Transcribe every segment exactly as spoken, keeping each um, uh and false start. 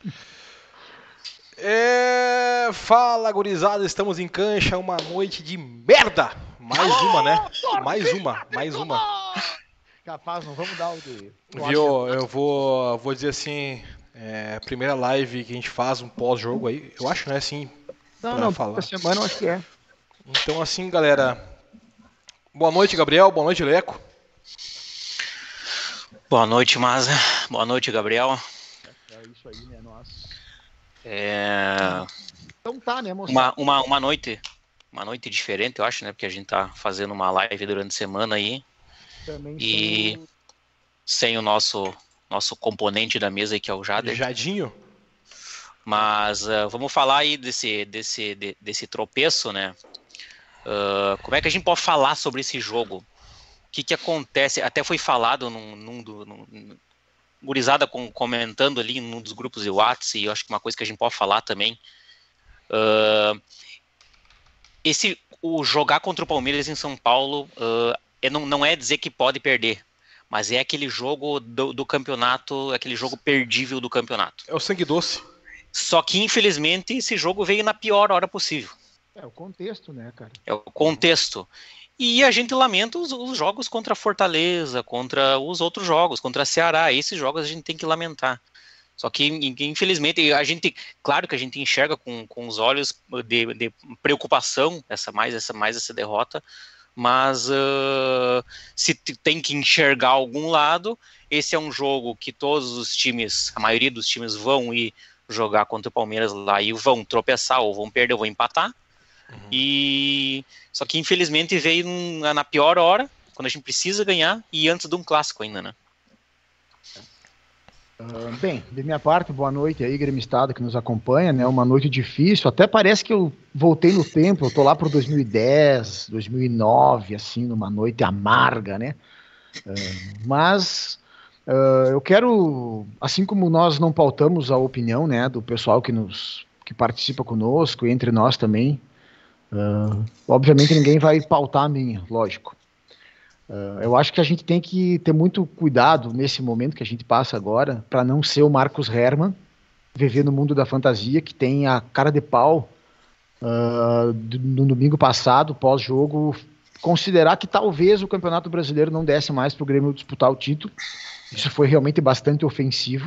É... Fala, gurizada, estamos em cancha, uma noite de merda. Mais uma, né? Mais uma, mais uma. Capaz, não vamos dar o de... Viu, eu vou, vou dizer assim, é, primeira live que a gente faz um pós-jogo aí, eu acho, né, assim, Não, pra não, falar. essa semana eu acho que é. Então, assim, galera, boa noite, Gabriel, boa noite, Leco. Boa noite, Maza. Boa noite, Gabriel. É isso aí, né, nossa. É... Então tá, né, moçada? Uma, uma, uma noite, uma noite diferente, eu acho, né, porque a gente tá fazendo uma live durante a semana aí. Também E sem o... sem o nosso, nosso componente da mesa, que é o Jader. Jadinho. Mas uh, vamos falar aí desse, desse, de, desse tropeço, né? Uh, como é que a gente pode falar sobre esse jogo? O que que acontece? Até foi falado num, num, do, num gurizada com, comentando ali num dos grupos de WhatsApp, e eu acho que uma coisa que a gente pode falar também, uh, esse, o jogar contra o Palmeiras em São Paulo uh, é, não, não é dizer que pode perder, mas é aquele jogo do, do campeonato, aquele jogo perdível do campeonato. É o sangue doce. Só que, infelizmente, esse jogo veio na pior hora possível. É o contexto, né, cara? É o contexto. E a gente lamenta os, os jogos contra a Fortaleza, contra os outros jogos, contra a Ceará. Esses jogos a gente tem que lamentar. Só que, infelizmente, a gente, claro que a gente enxerga com, com os olhos de, de preocupação essa, mais, essa, mais essa derrota, mas uh, se tem que enxergar algum lado, esse é um jogo que todos os times, a maioria dos times vão ir jogar contra o Palmeiras lá e vão tropeçar, ou vão perder, ou vão empatar. Uhum. E só que infelizmente veio na pior hora, quando a gente precisa ganhar, e antes de um clássico ainda, né? Uh, bem, de minha parte, boa noite aí, gremistado que nos acompanha, né? Uma noite difícil, até parece que eu voltei no tempo, eu tô lá pro dois mil e dez, dois mil e nove, assim, numa noite amarga, né? Uh, mas uh, eu quero, assim como nós não pautamos a opinião, né, do pessoal que nos que participa conosco, entre nós também, uh, obviamente ninguém vai pautar a minha, lógico. Uh, eu acho que a gente tem que ter muito cuidado nesse momento que a gente passa agora para não ser o Marcos Herrmann, viver no mundo da fantasia, que tem a cara de pau uh, do, no domingo passado, pós-jogo, considerar que talvez o Campeonato Brasileiro não desse mais para o Grêmio disputar o título. Isso foi realmente bastante ofensivo.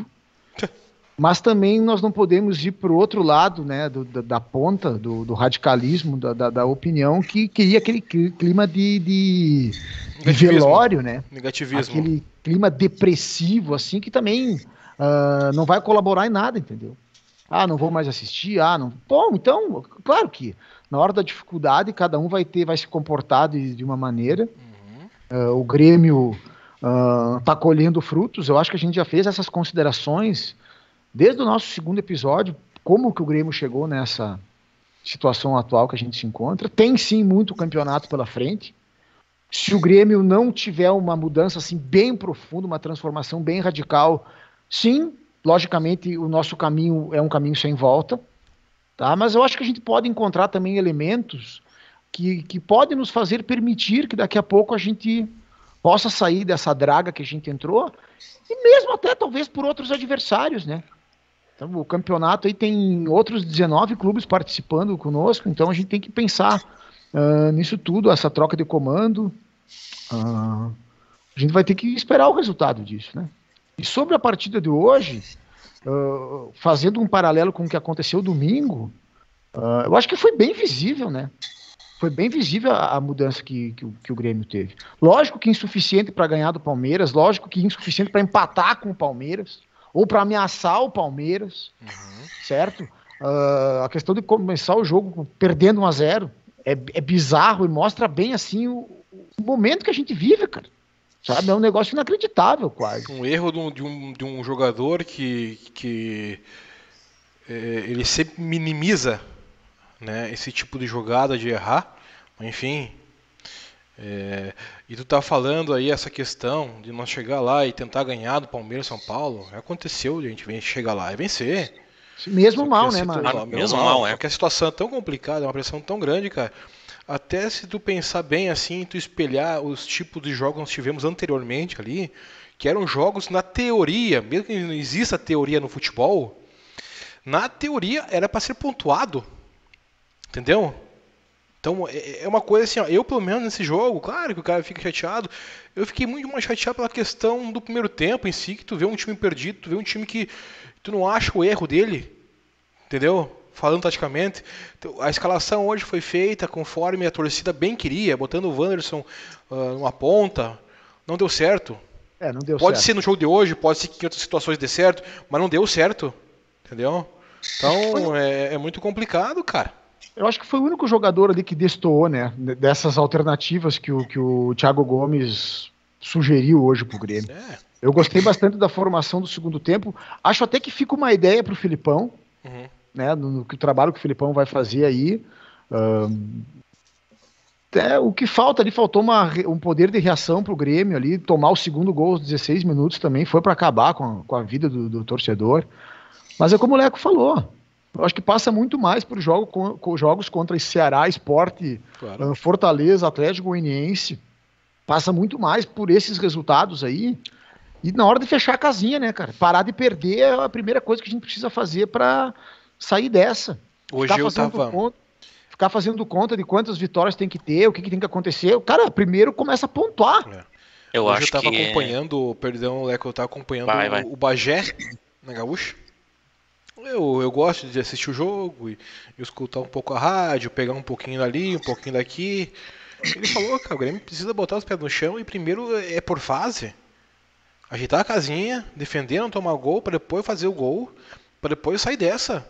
Mas também nós não podemos ir para o outro lado, né, do, da, da ponta, do, do radicalismo, da, da, da opinião, que cria aquele clima de, de, de velório, né? Negativismo. Aquele clima depressivo, assim, que também uh, não vai colaborar em nada, entendeu? Ah, não vou mais assistir, ah, não... Bom, então, claro que na hora da dificuldade, cada um vai ter, vai se comportar de, de uma maneira. Uhum. Uh, o Grêmio está uh, colhendo frutos. Eu acho que a gente já fez essas considerações desde o nosso segundo episódio, como que o Grêmio chegou nessa situação atual que a gente se encontra. Tem sim muito campeonato pela frente. Se o Grêmio não tiver uma mudança assim bem profunda, uma transformação bem radical, sim, logicamente o nosso caminho é um caminho sem volta, tá? Mas eu acho que a gente pode encontrar também elementos que, que podem nos fazer permitir que daqui a pouco a gente possa sair dessa draga que a gente entrou, e mesmo até talvez por outros adversários, né? Então, o campeonato aí tem outros dezenove clubes participando conosco, então a gente tem que pensar uh, nisso tudo, essa troca de comando. Uh, a gente vai ter que esperar o resultado disso, né? E sobre a partida de hoje, uh, fazendo um paralelo com o que aconteceu domingo, uh, eu acho que foi bem visível, né? Foi bem visível a, a mudança que, que, que o Grêmio teve. Lógico que insuficiente para ganhar do Palmeiras, lógico que insuficiente para empatar com o Palmeiras, ou para ameaçar o Palmeiras, uhum. certo? Uh, a questão de começar o jogo perdendo um a zero é, é bizarro e mostra bem assim o, o momento que a gente vive, cara. Sabe? É um negócio inacreditável, quase. Um erro de um, de um, de um jogador que, que é, ele sempre minimiza, né, esse tipo de jogada de errar, enfim. É, e tu tá falando aí essa questão de nós chegar lá e tentar ganhar do Palmeiras São Paulo. Aconteceu, a gente vem chegar lá e vencer. Mesmo mal, né, mano? Ah, mesmo mal, mal, é. Porque a situação é tão complicada, é uma pressão tão grande, cara. Até se tu pensar bem assim, tu espelhar os tipos de jogos que nós tivemos anteriormente ali, que eram jogos na teoria, mesmo que não exista teoria no futebol, na teoria era para ser pontuado, entendeu? Então é uma coisa assim, ó, eu pelo menos nesse jogo, claro que o cara fica chateado, eu fiquei muito mais chateado pela questão do primeiro tempo em si, que tu vê um time perdido, tu vê um time que tu não acha o erro dele, entendeu? Falando taticamente, a escalação hoje foi feita conforme a torcida bem queria, botando o Wanderson uh, numa ponta, não deu certo. É, não deu pode certo. ser no jogo de hoje, pode ser que em outras situações dê certo, mas não deu certo, entendeu? Então é, é muito complicado, cara. Eu acho que foi o único jogador ali que destoou, né? Dessas alternativas que o, que o Thiago Gomes sugeriu hoje pro Grêmio. É. Eu gostei bastante da formação do segundo tempo. Acho até que fica uma ideia pro Filipão, uhum. né? No, no, no trabalho que o Filipão vai fazer aí. Um, é, o que falta ali, faltou uma, um poder de reação pro Grêmio ali, tomar o segundo gol aos dezesseis minutos também, foi para acabar com a, com a vida do, do torcedor. Mas é como o Leco falou. Eu acho que passa muito mais por jogo, com, com jogos contra Ceará, Sport, claro. uh, Fortaleza, Atlético Goianiense. Passa muito mais por esses resultados aí. E na hora de fechar a casinha, né, cara? Parar de perder é a primeira coisa que a gente precisa fazer para sair dessa. Hoje ficar eu fazendo tava... conta, ficar fazendo conta de quantas vitórias tem que ter, o que, que tem que acontecer. O cara primeiro começa a pontuar. É. Eu Hoje acho eu tava que... acompanhando, perdão, Leco, eu tava acompanhando vai, o, vai. o Bagé na Gaúcha. Eu, eu gosto de assistir o jogo e, e escutar um pouco a rádio, pegar um pouquinho dali, um pouquinho daqui. Ele falou, cara, o Grêmio precisa botar os pés no chão e primeiro é por fase. Ajeitar a casinha, defender, não tomar gol, para depois fazer o gol, para depois sair dessa.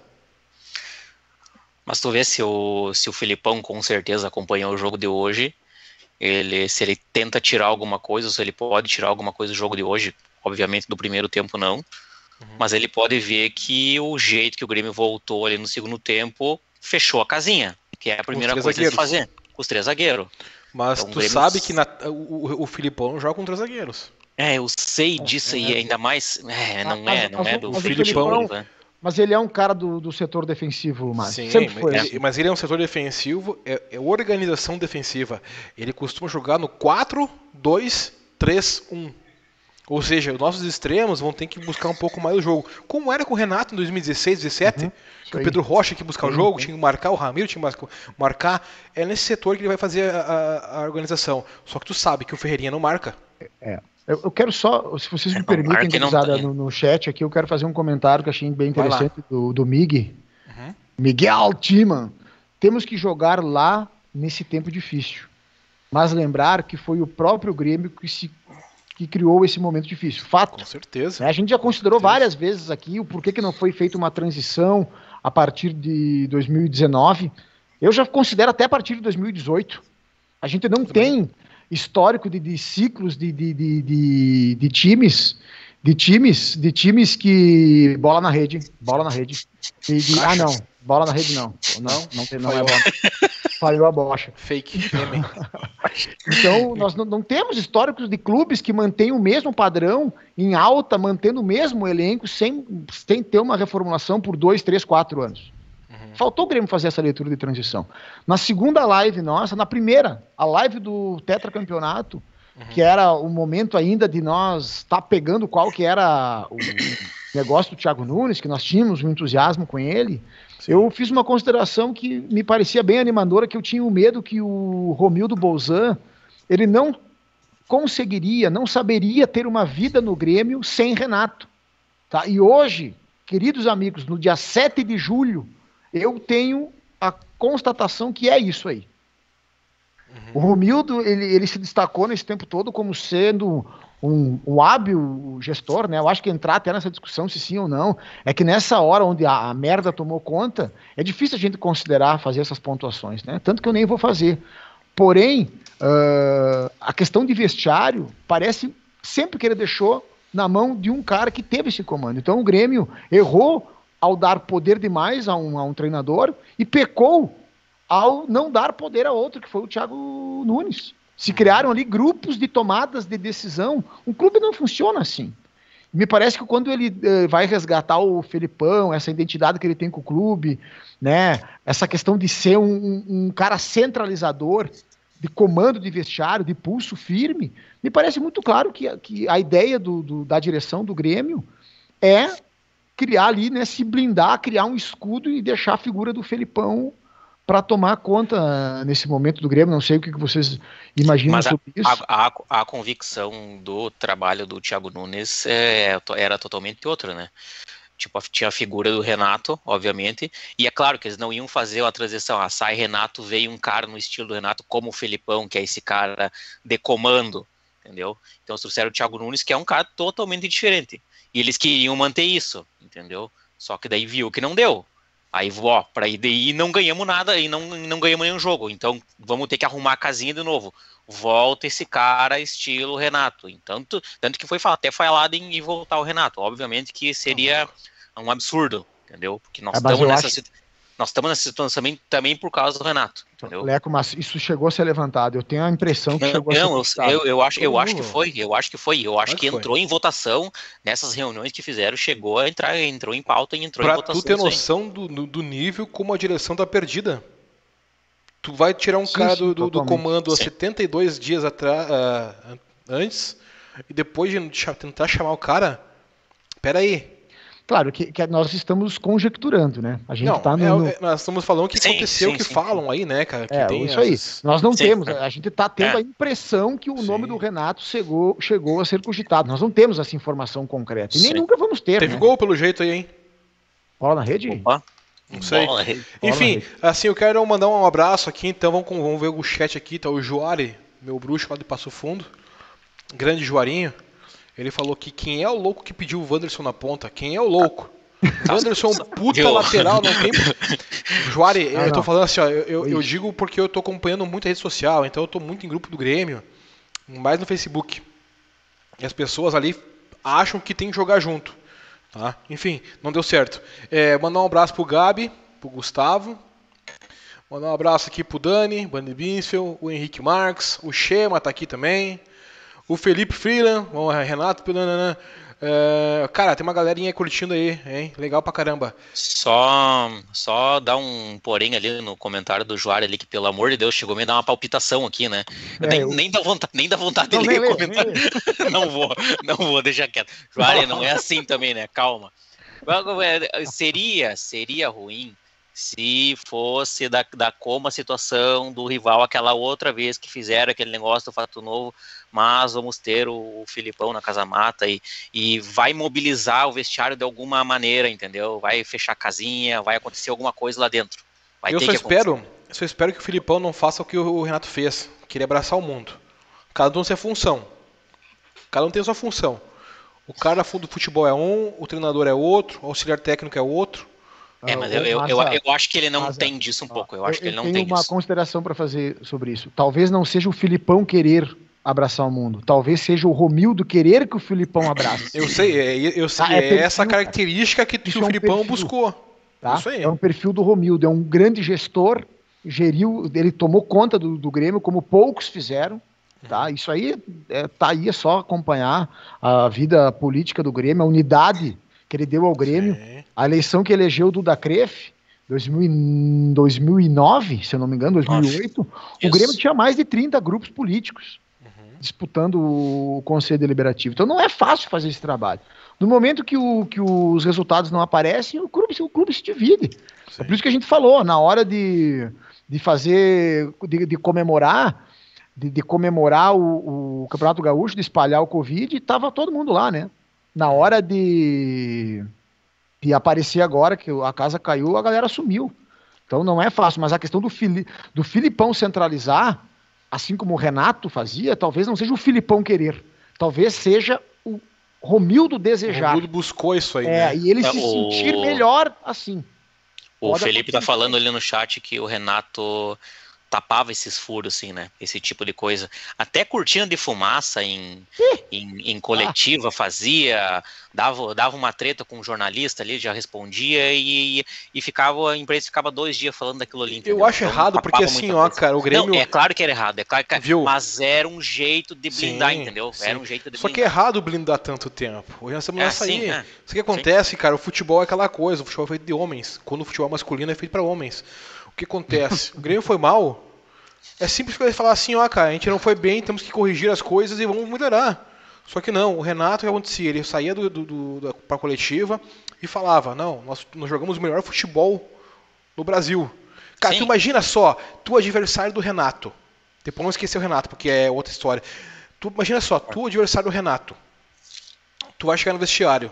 Mas tu vê se o, se o Filipão com certeza acompanhou o jogo de hoje, ele, se ele tenta tirar alguma coisa, se ele pode tirar alguma coisa do jogo de hoje, obviamente do primeiro tempo não. Uhum. Mas ele pode ver que o jeito que o Grêmio voltou ali no segundo tempo fechou a casinha, que é a primeira coisa de fazer, com os três zagueiros. Mas então, tu Grêmio... sabe que na, o, o Filipão não joga com três zagueiros. É, eu sei disso é, e é. ainda mais. É, não mas, é, não mas, é do mas Filipão. Filipão né? Mas ele é um cara do, do setor defensivo, mas Sim, sempre foi mas, assim. mas ele é um setor defensivo, é, é organização defensiva. Ele costuma jogar no quatro dois três um. Ou seja, os nossos extremos vão ter que buscar um pouco mais o jogo. Como era com o Renato em dois mil e dezesseis, dezessete, uhum, que o Pedro Rocha tinha que buscar sim, o jogo, sim. tinha que marcar o Ramiro, tinha que marcar. É nesse setor que ele vai fazer a, a, a organização. Só que tu sabe que o Ferreirinha não marca. É. Eu, eu quero só, se vocês me permitem, gurizada, no, no chat aqui, eu quero fazer um comentário que eu achei bem interessante do, do Mig. Uhum. Miguel Timan. Temos que jogar lá nesse tempo difícil. Mas lembrar que foi o próprio Grêmio que se que criou esse momento difícil. Fato. Com certeza. A gente já considerou várias vezes aqui o porquê que não foi feita uma transição a partir de dois mil e dezenove. Eu já considero até a partir de dois mil e dezoito. A gente não tem histórico de, de ciclos de, de, de, de, de times, de times, de times que bola na rede, bola na rede. De, de, ah, não, bola na rede não. Não, não, tem, não é bola. Falhou a bocha. Fake. Então, nós não, não temos históricos de clubes que mantêm o mesmo padrão em alta, mantendo o mesmo elenco, sem, sem ter uma reformulação por dois, três, quatro anos. Uhum. Faltou o Grêmio fazer essa leitura de transição. Na segunda live nossa, na primeira, a live do tetracampeonato, uhum. que era o momento ainda de nós estar tá pegando qual que era o negócio do Thiago Nunes, que nós tínhamos um entusiasmo com ele. Sim. Eu fiz uma consideração que me parecia bem animadora, que eu tinha o medo que o Romildo Bolzan, ele não conseguiria, não saberia ter uma vida no Grêmio sem Renato. Tá? E hoje, queridos amigos, no dia sete de julho, eu tenho a constatação que é isso aí. Uhum. O Romildo, ele, ele se destacou nesse tempo todo como sendo um, um hábil gestor, né? Eu acho que entrar até nessa discussão se sim ou não, é que nessa hora onde a, a merda tomou conta, é difícil a gente considerar fazer essas pontuações, né? Tanto que eu nem vou fazer. Porém, uh, a questão de vestiário parece sempre que ele deixou na mão de um cara que teve esse comando. Então o Grêmio errou ao dar poder demais a um, a um treinador e pecou ao não dar poder a outro, que foi o Thiago Nunes. Se criaram ali grupos de tomadas de decisão. Um clube não funciona assim. Me parece que quando ele eh, vai resgatar o Felipão, essa identidade que ele tem com o clube, né, essa questão de ser um, um, um cara centralizador, de comando de vestiário, de pulso firme, me parece muito claro que, que a ideia do, do, da direção do Grêmio é criar ali, né, se blindar, criar um escudo e deixar a figura do Felipão para tomar conta nesse momento do Grêmio. Não sei o que vocês imaginam Mas a, sobre isso. A, a, a convicção do trabalho do Thiago Nunes é, era totalmente outra, né? Tipo, tinha a figura do Renato, obviamente, e é claro que eles não iam fazer a transição, ah, sai Renato, veio um cara no estilo do Renato, como o Felipão, que é esse cara de comando, entendeu? Então eles trouxeram o Thiago Nunes, que é um cara totalmente diferente, e eles queriam manter isso, entendeu? Só que daí viu que não deu, aí, ó, para aí daí não ganhamos nada, e não, não ganhamos nenhum jogo, então vamos ter que arrumar a casinha de novo. Volta esse cara estilo Renato. Então, tanto, tanto que foi até falado em, em voltar o Renato. Obviamente que seria um absurdo, entendeu? Porque nós estamos é, nessa, acho... nós estamos nessa situação também, também por causa do Renato. Entendeu? Leco, mas isso chegou a ser levantado. Eu tenho a impressão que não, chegou não, a ser levantado. Eu, eu, acho, eu acho que foi. Eu acho que foi. Eu acho Mas que foi. entrou em votação nessas reuniões que fizeram. Chegou a entrar, entrou em pauta e entrou pra em votação. Pra tu ter noção do, do nível como a direção tá perdida. Tu vai tirar um sim, cara do, do, do comando há setenta e dois dias atrás, uh, antes, e depois de tentar chamar o cara, peraí. Claro que, que nós estamos conjecturando, né? A gente não, tá no, é, no... É, nós estamos falando o que sim, aconteceu, sim, que sim, falam sim. aí, né, cara? Que é, tem isso essas... aí. Nós não sim. temos, a gente tá tendo é. a impressão que o sim. nome do Renato chegou, chegou a ser cogitado. Nós não temos essa informação concreta. E nem sim. nunca vamos ter. Teve né? gol pelo jeito aí, hein? Bola na rede? Opa. Não sei. Bola, Enfim, assim, eu quero mandar um abraço aqui, então vamos, vamos ver o chat aqui, tá o Juari, meu bruxo lá de Passo Fundo, grande Juarinho, ele falou que quem é o louco que pediu o Wanderson na ponta? Quem é o louco? O Wanderson é um puta eu... lateral, não tem... Juari, ah, eu tô não. falando assim, ó, eu, eu, eu digo porque eu tô acompanhando muita rede social, então eu tô muito em grupo do Grêmio, mais no Facebook, e as pessoas ali acham que tem que jogar junto. Tá? Enfim, não deu certo. É, mandar um abraço pro Gabi, pro Gustavo. Mandar um abraço aqui pro Dani, Bani Binsfeld, o Henrique Marques, o Chema tá aqui também. O Felipe Freeland, o Renato. É, cara, tem uma galerinha aí curtindo aí, hein? Legal pra caramba. Só, só dar um porém ali no comentário do Juário ali, que pelo amor de Deus chegou a me dar uma palpitação aqui, né? É, nem, eu... nem dá vontade, nem dá vontade não, de ler o comentário. Não vou, não vou, deixa quieto. Juário, não é assim também, né? Calma. Seria, seria ruim se fosse da, da como a situação do rival aquela outra vez que fizeram aquele negócio do fato novo, mas vamos ter o, o Filipão na Casa Mata e, e vai mobilizar o vestiário de alguma maneira, entendeu? Vai fechar a casinha, vai acontecer alguma coisa lá dentro. Vai eu ter só que espero, eu só espero que o Filipão não faça o que o Renato fez, querer abraçar o mundo. Cada um tem sua função. Cada um tem sua função. O cara do futebol é um, o treinador é outro, o auxiliar técnico é outro. É, mas eu, eu, eu, eu acho que ele não Massa, tem disso um pouco. Eu acho eu, que ele não tem disso. Eu tenho uma disso. consideração para fazer sobre isso. Talvez não seja o Filipão querer abraçar o mundo. Talvez seja o Romildo querer que o Filipão abrace. Eu sei, é, eu sei, ah, é, é perfil, essa característica que, que o é um Filipão perfil, buscou. Tá? Isso aí. É um perfil do Romildo. É um grande gestor. Geriu, ele tomou conta do, do Grêmio como poucos fizeram. Tá? Isso aí é, tá aí, é só acompanhar a vida política do Grêmio, a unidade que ele deu ao Grêmio. Sim. A eleição que elegeu o Duda Cref, dois mil e nove, se eu não me engano, dois mil e oito, Nossa. O Grêmio tinha mais de trinta grupos políticos uhum. disputando o Conselho Deliberativo. Então não é fácil fazer esse trabalho. No momento que, o, que os resultados não aparecem, o clube, o clube se divide. Sim. É por isso que a gente falou, na hora de, de fazer, de, de comemorar, de, de comemorar o, o Campeonato Gaúcho, de espalhar o Covid, estava todo mundo lá, né? Na hora de... E aparecer agora que a casa caiu, a galera sumiu. Então não é fácil, mas a questão do, Fili, do Filipão centralizar, assim como o Renato fazia, talvez não seja o Filipão querer, talvez seja o Romildo desejar. O Romildo buscou isso aí, é, né? E ele é, se o... sentir melhor assim. O Pode Felipe tá falando ali no chat que o Renato tapava esses furos, assim, né? Esse tipo de coisa. Até cortina de fumaça em, em, em coletiva fazia, dava, dava uma treta com um jornalista ali, já respondia e, e ficava, a imprensa ficava dois dias falando daquilo ali. Entendeu? Eu acho então, errado, porque assim, ó, cara, o Grêmio... Não, é claro que era errado, é claro que... Viu? Mas era um jeito de blindar, sim, entendeu? Sim. Era um jeito de Só blindar. que é errado blindar tanto tempo. Hoje nós estamos é, nessa sim, aí. É. Isso que acontece, sim. cara, o futebol é aquela coisa, o futebol é feito de homens. Quando o futebol masculino é feito para homens. O que acontece? O Grêmio foi mal... É simples falar assim, ó, cara, a gente não foi bem, temos que corrigir as coisas e vamos melhorar. Só que não, o Renato, o que acontecia? Ele saía do, do, do, da, pra coletiva, e falava, não, nós, nós jogamos o melhor futebol no Brasil. Cara, Sim. tu imagina só, tu adversário do Renato. Depois não esquecer o Renato, porque é outra história. Tu imagina só, tu adversário do Renato. Tu vai chegar no vestiário.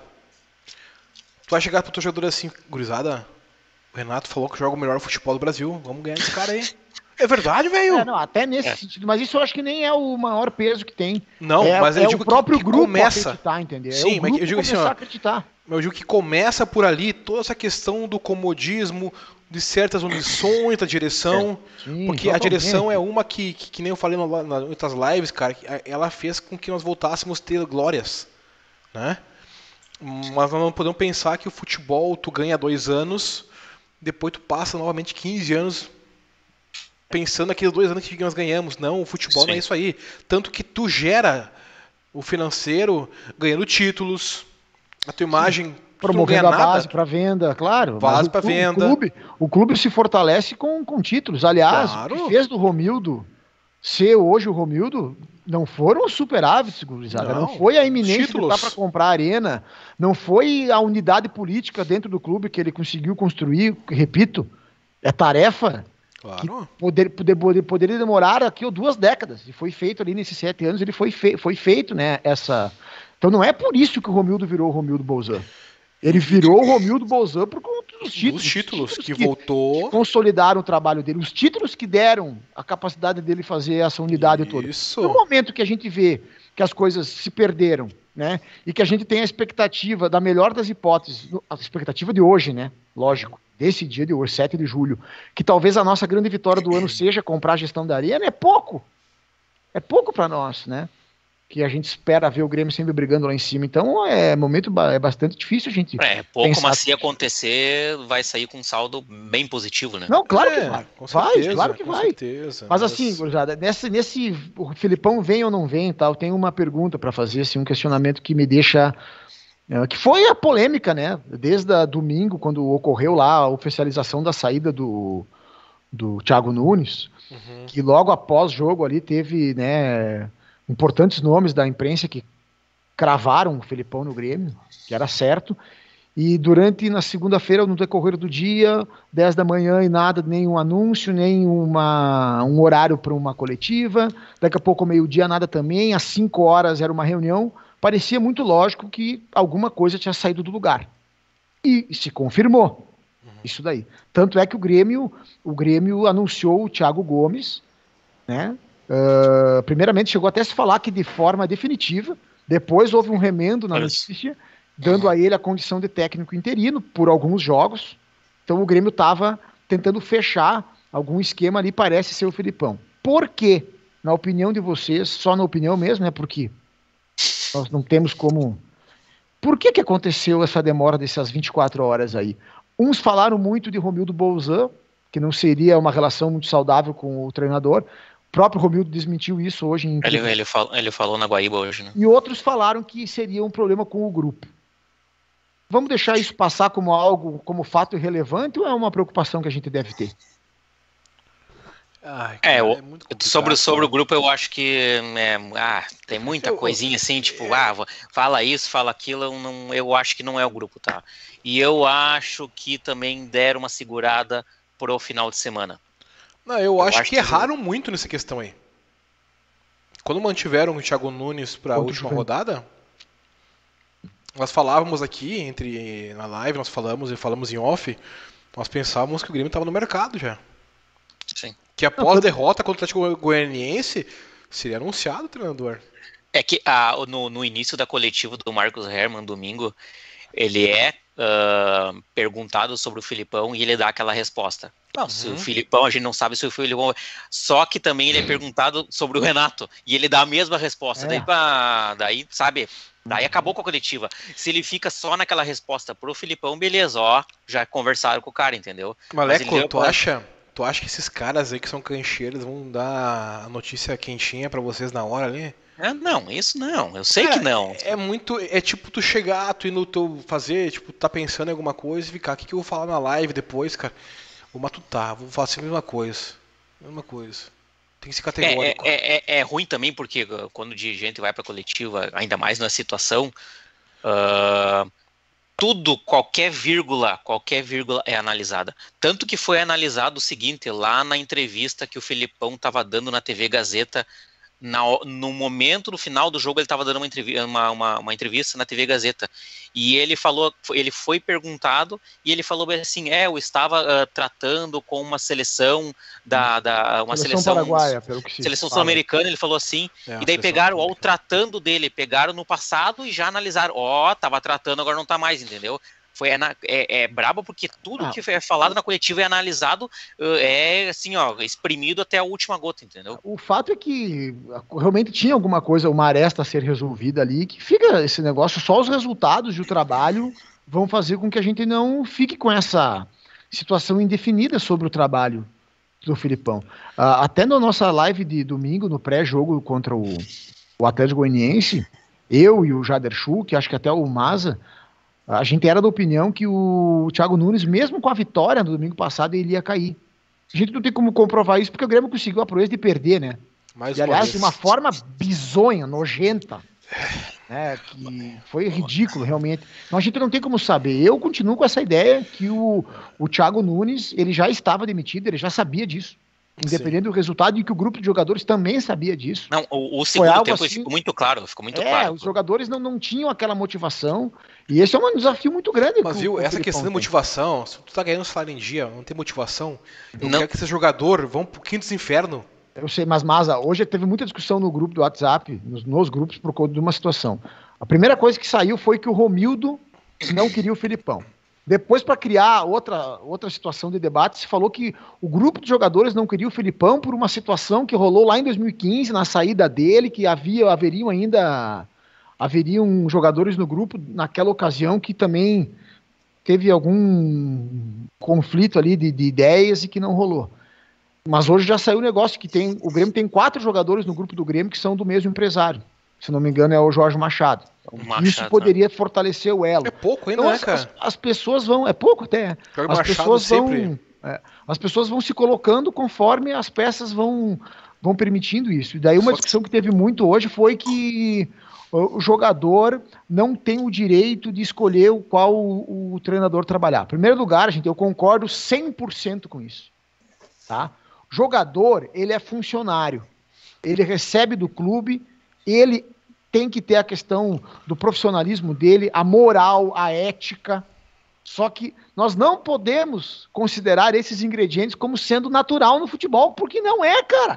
Tu vai chegar pro teu jogador assim, gurizada, o Renato falou que joga o melhor futebol do Brasil. Vamos ganhar esse cara aí. É verdade, velho? É, não, até nesse É. sentido. Mas isso eu acho que nem é o maior peso que tem. Não, é, mas eu é digo o próprio que, que grupo começa. acreditar, entendeu? Sim, é o mas grupo eu digo assim, começar ó, a acreditar. eu digo que começa por ali toda essa questão do comodismo, de certas omissões da direção, Sim, porque a totalmente. direção é uma que, que, que nem eu falei na- nas outras lives, cara, que a- ela fez com que nós voltássemos a ter glórias, né? Mas nós não podemos pensar que o futebol tu ganha dois anos, depois tu passa novamente quinze anos pensando naqueles dois anos que nós ganhamos. Não, o futebol não é Sim. isso aí. Tanto que tu gera o financeiro ganhando títulos, a tua imagem, tu não ganha Promovendo a nada. base para venda, claro. Base mas o pra clu- venda. O clube, o clube se fortalece com, com títulos. Aliás, Claro. o que fez do Romildo ser hoje o Romildo não foram os superávites, gurizada. Não, Não, foi a iminência títulos. de estar para comprar a arena. Não foi a unidade política dentro do clube que ele conseguiu construir. Repito, é tarefa Claro. poder, poder, poder, poderia demorar aqui ó, duas décadas. E foi feito ali nesses sete anos, ele foi, fe, foi feito, né? Essa. Então não é por isso que o Romildo virou o Romildo Bolzan. Ele virou o Romildo Bolzan por conta dos títulos. Os títulos, títulos que, voltou. que consolidaram o trabalho dele. Os títulos que deram a capacidade dele fazer essa unidade toda. Isso. No momento que a gente vê que as coisas se perderam, né? E que a gente tem a expectativa da melhor das hipóteses, a expectativa de hoje, né? Lógico, desse dia de hoje, sete de julho, que talvez a nossa grande vitória do ano seja comprar a gestão da arena, é pouco. É pouco para nós, né? Que a gente espera ver o Grêmio sempre brigando lá em cima. Então é momento é bastante difícil a gente. É, pouco, pensar mas se acontecer, vai sair com um saldo bem positivo, né? Não, claro É, que vai. com Vai, certeza, claro que com vai. certeza, Mas mas- assim, gurizada, nesse, nesse. O Filipão vem ou não vem, tal, tem uma pergunta para fazer, assim, um questionamento que me deixa. é, que foi a polêmica, né? Desde a domingo, quando ocorreu lá a oficialização da saída do, do Thiago Nunes, Uhum. que logo após o jogo ali teve, né, importantes nomes da imprensa que cravaram o Filipão no Grêmio, que era certo. E durante, na segunda-feira, no decorrer do dia, dez da manhã e nada, nenhum anúncio, nem uma, um horário para uma coletiva. Daqui a pouco, ao meio-dia, nada também. Às cinco horas era uma reunião. Parecia muito lógico que alguma coisa tinha saído do lugar. E se confirmou isso daí. Tanto é que o Grêmio, o Grêmio anunciou o Thiago Gomes, né? Uh, primeiramente chegou até a se falar que de forma definitiva, depois houve um remendo na Olha notícia, dando a ele a condição de técnico interino por alguns jogos. Então o Grêmio estava tentando fechar algum esquema ali, parece ser o Filipão. Por quê? Na opinião de vocês, só na opinião mesmo, né? Porque nós não temos como... Por que que aconteceu essa demora dessas vinte e quatro horas aí? Uns falaram muito de Romildo Bolzan, que não seria uma relação muito saudável com o treinador. O próprio Romildo desmentiu isso hoje em Ele, ele, fal, ele falou na Guaíba hoje, né? E outros falaram que seria um problema com o grupo. Vamos deixar isso passar como algo, como fato irrelevante, ou é uma preocupação que a gente deve ter? Ai, É, cara, o- é muito complicado, Sobre, sobre o cara. grupo, eu acho que é, ah, tem muita Eu- coisinha assim, tipo, ah, fala isso, fala aquilo, eu, não, eu acho que não é o grupo, tá? E eu acho que também deram uma segurada pro final de semana. Não, eu, Eu acho, acho que que- erraram muito nessa questão aí. Quando mantiveram o Thiago Nunes para a Contra o última Juventus. rodada, nós falávamos aqui, entre na live, nós falamos e falamos em off, nós pensávamos que o Grêmio estava no mercado já. Sim. Que após a derrota contra o Atlético Goianiense, seria anunciado o treinador. É que ah, no, no início da coletiva do Marcos Herman, domingo, ele é ah, perguntado sobre o Filipão e ele dá aquela resposta. Não, se Uhum. o Filipão, a gente não sabe se o Filipão... Só que também ele é perguntado sobre o Renato e ele dá a mesma resposta. É. Daí, pá, daí, sabe, daí acabou com a coletiva. Se ele fica só naquela resposta pro Filipão, beleza, ó, já conversaram com o cara, entendeu? Mas ele Maleco, deu tu pra- acha, tu acha que esses caras aí que são cancheiros vão dar a notícia quentinha pra vocês na hora ali? Ah, não, isso não, eu sei Cara, que não. É muito. É tipo tu chegar, tu ir no teu fazer, tipo, tá pensando em alguma coisa e ficar, o que, que eu vou falar na live depois, cara? Vou matutar, vou fazer a mesma coisa. Mesma coisa. Tem que ser É, categórico. é, é, é ruim também porque uh, quando o dirigente vai para coletiva, ainda mais na situação, uh, tudo, qualquer vírgula, qualquer vírgula é analisada. Tanto que foi analisado o seguinte, lá na entrevista que o Felipão estava dando na T V Gazeta, na, no momento, no final do jogo, ele estava dando uma entrevista, uma, uma, uma entrevista na T V Gazeta, e ele falou, ele foi perguntado, e ele falou assim, é, eu estava uh, tratando com uma seleção da, da uma Seleção seleção paraguaia, pelo que se seleção fala. sul-americana, ele falou assim, É, e daí a pegaram, ó, o seleção tratando dele, pegaram no passado e já analisaram, ó, tava tratando, agora não tá mais, entendeu? Foi, é, é, é brabo porque tudo Ah. que é falado na coletiva é analisado, uh, é assim, ó, exprimido até a última gota, entendeu? O fato é que realmente tinha alguma coisa, uma aresta a ser resolvida ali, que fica esse negócio, só os resultados do trabalho vão fazer com que a gente não fique com essa situação indefinida sobre o trabalho do Filipão. Uh, até na nossa live de domingo, no pré-jogo contra o, o Atlético Goianiense, eu e o Jader Schuch, acho que até o Maza, a gente era da opinião que o Thiago Nunes, mesmo com a vitória no domingo passado, ele ia cair. A gente não tem como comprovar isso, porque o Grêmio conseguiu a proeza de perder, né? Mais E, aliás, vez. de uma forma bizonha, nojenta, né? Que foi ridículo, realmente. Então a gente não tem como saber. Eu continuo com essa ideia que o, o Thiago Nunes, ele já estava demitido, ele já sabia disso. Independente Sim. do resultado, e que o grupo de jogadores também sabia disso. Não, o, o segundo tempo assim, ficou muito claro, ficou muito é, claro. Os jogadores não, não tinham aquela motivação, e esse é um desafio muito grande. Mas viu, essa questão de motivação, se tu tá ganhando salário em dia, não tem motivação, eu não. quero que esse jogador vão pro quinto dos infernos. Eu sei, mas Maza, hoje teve muita discussão no grupo do WhatsApp, nos, nos grupos, por conta de uma situação. A primeira coisa que saiu foi que o Romildo não queria o Filipão. Depois, para criar outra, outra situação de debate, se falou que o grupo de jogadores não queria o Filipão por uma situação que rolou lá em dois mil e quinze, na saída dele, que havia, haveriam ainda haveriam jogadores no grupo naquela ocasião que também teve algum conflito ali de, de ideias e que não rolou. Mas hoje já saiu o negócio que tem, o Grêmio tem quatro jogadores no grupo do Grêmio que são do mesmo empresário. Se não me engano, é o Jorge Machado. Então, Machado isso poderia né? fortalecer o elo. É pouco ainda, então, né, as, cara? As, as pessoas vão... É pouco até. Jorge as Machado pessoas sempre... vão... É, as pessoas vão se colocando conforme as peças vão, vão permitindo isso. E daí uma Só discussão que... que teve muito hoje foi que o, o jogador não tem o direito de escolher o qual o, o treinador trabalhar. Em primeiro lugar, gente, eu concordo cem por cento com isso. Tá? Jogador, ele é funcionário. Ele recebe do clube, ele tem que ter a questão do profissionalismo dele, a moral, a ética. Só que nós não podemos considerar esses ingredientes como sendo natural no futebol, porque não é, cara.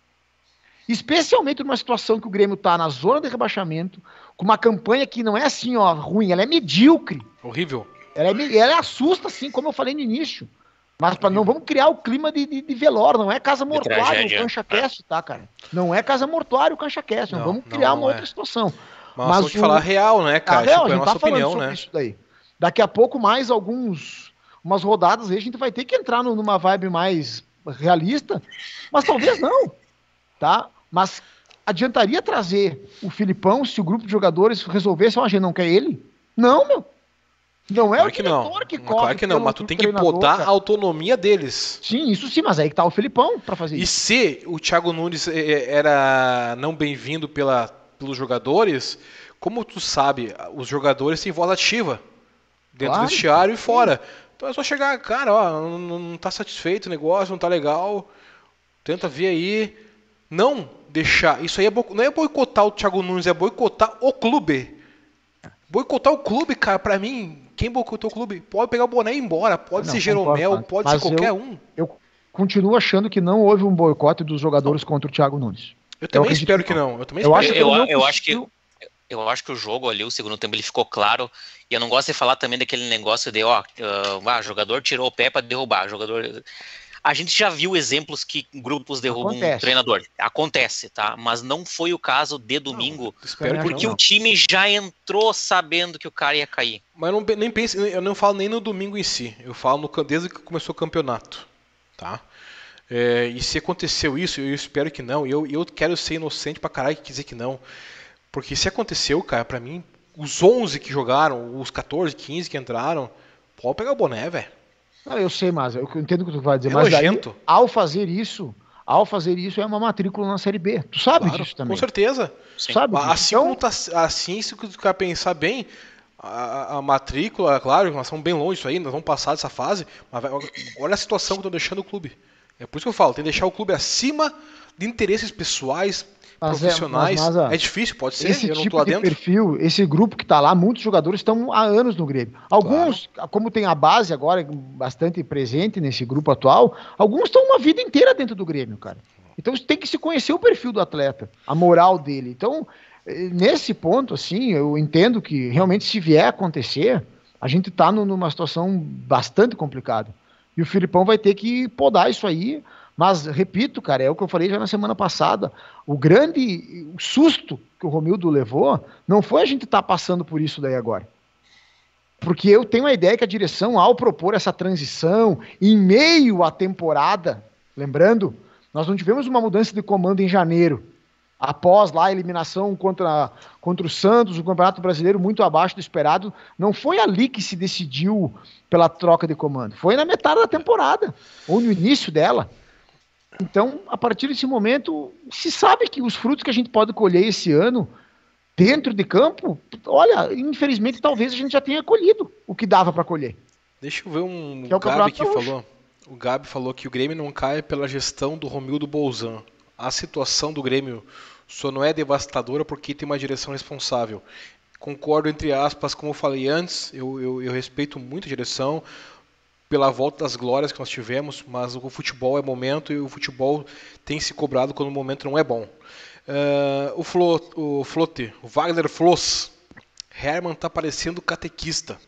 Especialmente numa situação que o Grêmio está na zona de rebaixamento, com uma campanha que não é assim, ó, ruim, ela é medíocre. Horrível. Ela, é, ela assusta, assim, como eu falei no início. Mas pra, não vamos criar o clima de, de, de velório, não é casa mortuário o CanchaCast, tá, cara? Não é casa mortuário o CanchaCast, não, não vamos criar não, não uma é. outra situação. Mas, mas vamos te falar real, né, cara? A, real, tipo, a gente é a nossa tá falando opinião, sobre né? isso daí. Daqui a pouco, mais alguns, umas rodadas aí, a gente vai ter que entrar no, numa vibe mais realista, mas talvez não, tá? Mas adiantaria trazer o Filipão se o grupo de jogadores resolvesse, ó, a gente não quer ele? Não, meu. Não é claro o diretor que, que corre. Claro que não, mas tu tem que podar a autonomia deles. Sim, isso sim, mas aí que tá o Filipão pra fazer e isso. E se o Thiago Nunes era não bem-vindo pela, pelos jogadores, como tu sabe, os jogadores têm voz ativa dentro claro, do vestiário e fora. Sim. Então é só chegar, cara, ó, não, não tá satisfeito o negócio, não tá legal, tenta vir aí. Não deixar, isso aí é não é boicotar o Thiago Nunes, é boicotar o clube. Boicotar o clube, cara, pra mim, quem boicotou o clube pode pegar o boné e ir embora, pode não, ser Jeromel, concordo, pode ser qualquer eu, um. Eu continuo achando que não houve um boicote dos jogadores não. contra o Thiago Nunes. Eu também eu espero que não. que não. Eu, também eu, espero. Acho que eu, eu, eu acho que eu acho que o jogo ali, o segundo tempo, ele ficou claro. E eu não gosto de falar também daquele negócio de, ó, uh, ah, jogador tirou o pé pra derrubar, jogador... A gente já viu exemplos que grupos derrubam Acontece. um treinador. Acontece, tá? Mas não foi o caso de domingo, não, porque não. o time já entrou sabendo que o cara ia cair. Mas eu não, nem pense, eu não falo nem no domingo em si. Eu falo no, desde que começou o campeonato, tá? É, e se aconteceu isso, eu espero que não. Eu, eu quero ser inocente pra caralho que dizer que não. Porque se aconteceu, cara, pra mim, os onze que jogaram, os catorze, quinze que entraram, pode pegar o boné, velho. Não, eu sei, mas eu entendo o que tu vai dizer, é mas daí, ao fazer isso, ao fazer isso é uma matrícula na Série B. Tu sabe claro, disso também. Com certeza. Sabe assim, então... como tá, assim, se tu quer pensar bem, a, a matrícula, claro, nós estamos bem longe disso aí, nós vamos passar dessa fase, mas vai, olha a situação que estão deixando o clube. É por isso que eu falo, tem que deixar o clube acima de interesses pessoais, mas profissionais. É, mas, mas, é difícil, pode ser, esse eu não tipo tô lá de dentro. Perfil, esse grupo que está lá, muitos jogadores estão há anos no Grêmio. Alguns, claro. Como tem a base agora bastante presente nesse grupo atual, alguns estão uma vida inteira dentro do Grêmio, cara. Então tem que se conhecer o perfil do atleta, a moral dele. Então, nesse ponto, assim, eu entendo que realmente se vier a acontecer, a gente está numa situação bastante complicada. E o Filipão vai ter que podar isso aí. Mas, repito, cara, é o que eu falei já na semana passada, o grande susto que o Romildo levou não foi a gente estar tá passando por isso daí agora. Porque eu tenho a ideia que a direção, ao propor essa transição em meio à temporada, lembrando, nós não tivemos uma mudança de comando em janeiro, após lá a eliminação contra, contra o Santos, o Campeonato Brasileiro muito abaixo do esperado, não foi ali que se decidiu pela troca de comando, foi na metade da temporada, ou no início dela. Então, a partir desse momento, se sabe que os frutos que a gente pode colher esse ano, dentro de campo, olha, infelizmente, talvez a gente já tenha colhido o que dava para colher. Deixa eu ver um que é o Gabi que falou. O Gabi falou que o Grêmio não cai pela gestão do Romildo Bolzan. A situação do Grêmio só não é devastadora porque tem uma direção responsável. Concordo, entre aspas, como eu falei antes, eu, eu, eu respeito muito a direção, pela volta das glórias que nós tivemos, mas o futebol é momento e o futebol tem se cobrado quando o momento não é bom. Uh, o, Flo, o Flote, o Wagner Floss, Herman tá parecendo catequista,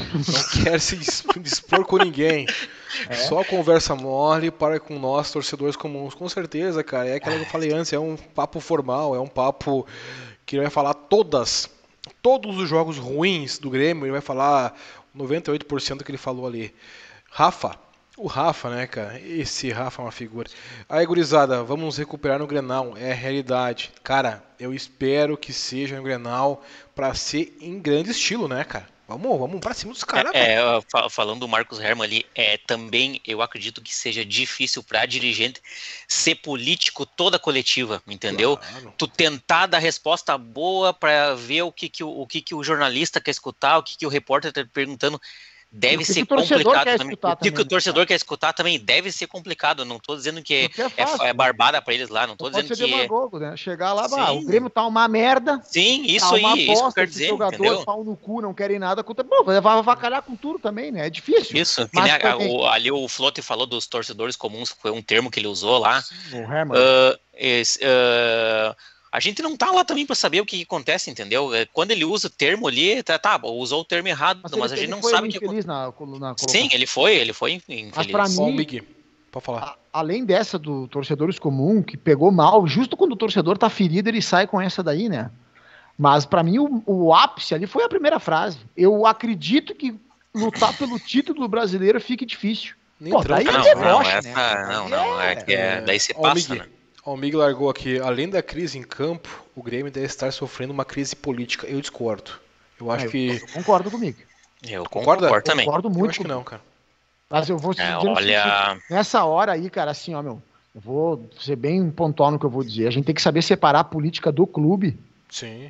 não quer se dispor com ninguém, é? Só conversa mole para com nós, torcedores comuns. Com certeza, cara, é aquilo que eu falei antes, é um papo formal, é um papo que ele vai falar todas, todos os jogos ruins do Grêmio, ele vai falar noventa e oito por cento que ele falou ali. Rafa, o Rafa, né, cara? Esse Rafa é uma figura. Aí, gurizada, vamos recuperar no Grenal. É a realidade. Cara, eu espero que seja no Grenal pra ser em grande estilo, né, cara? Vamos, vamos pra cima dos caras. É, é, falando do Marcos Herman ali, é, também eu acredito que seja difícil pra dirigente ser político toda a coletiva, entendeu? Claro. Tu tentar dar resposta boa pra ver o que, que, o, o, que, que o jornalista quer escutar, o que, que o repórter tá perguntando. Deve ser complicado também. O que, que o torcedor quer escutar também deve ser complicado. Não estou dizendo que é, é, é barbada para eles lá. Não estou dizendo que demagogo, é. Né? Chegar lá, bah, o Grêmio tá uma merda. Sim, isso tá aí. Aposta, isso que eu quero dizer. Jogadores pau no cu, não querem nada. Bom, vai avacalhar com tudo também, né? É difícil. Isso. Que nem a, o, ali o Flote falou dos torcedores comuns, foi um termo que ele usou lá. O Herman. Uh, esse, uh, A gente não tá lá também para saber o que, que acontece, entendeu? Quando ele usa o termo ali, tá, tá usou o termo errado, mas, mas ele, a gente não sabe o que acontece. Na, na Sim, ele foi, ele foi infeliz. Mas pra mim, pode falar. A, além dessa do torcedores comum, que pegou mal, justo quando o torcedor tá ferido, ele sai com essa daí, né? Mas pra mim, o, o ápice ali foi a primeira frase. Eu acredito que lutar pelo título brasileiro fique difícil. Nem Pô, daí não, é deboche, não, né? Essa, não, não, é, é, é, daí você passa, né? O Mig largou aqui, além da crise em campo, o Grêmio deve estar sofrendo uma crise política. Eu discordo. Eu acho é, eu, que... Eu concordo comigo. Eu concordo, concordo também. Concordo muito. Eu acho que não, cara. Mas eu vou te é, dizer olha... nessa hora aí, cara, assim, ó, meu, eu vou ser bem pontual no que eu vou dizer. A gente tem que saber separar a política do clube Sim.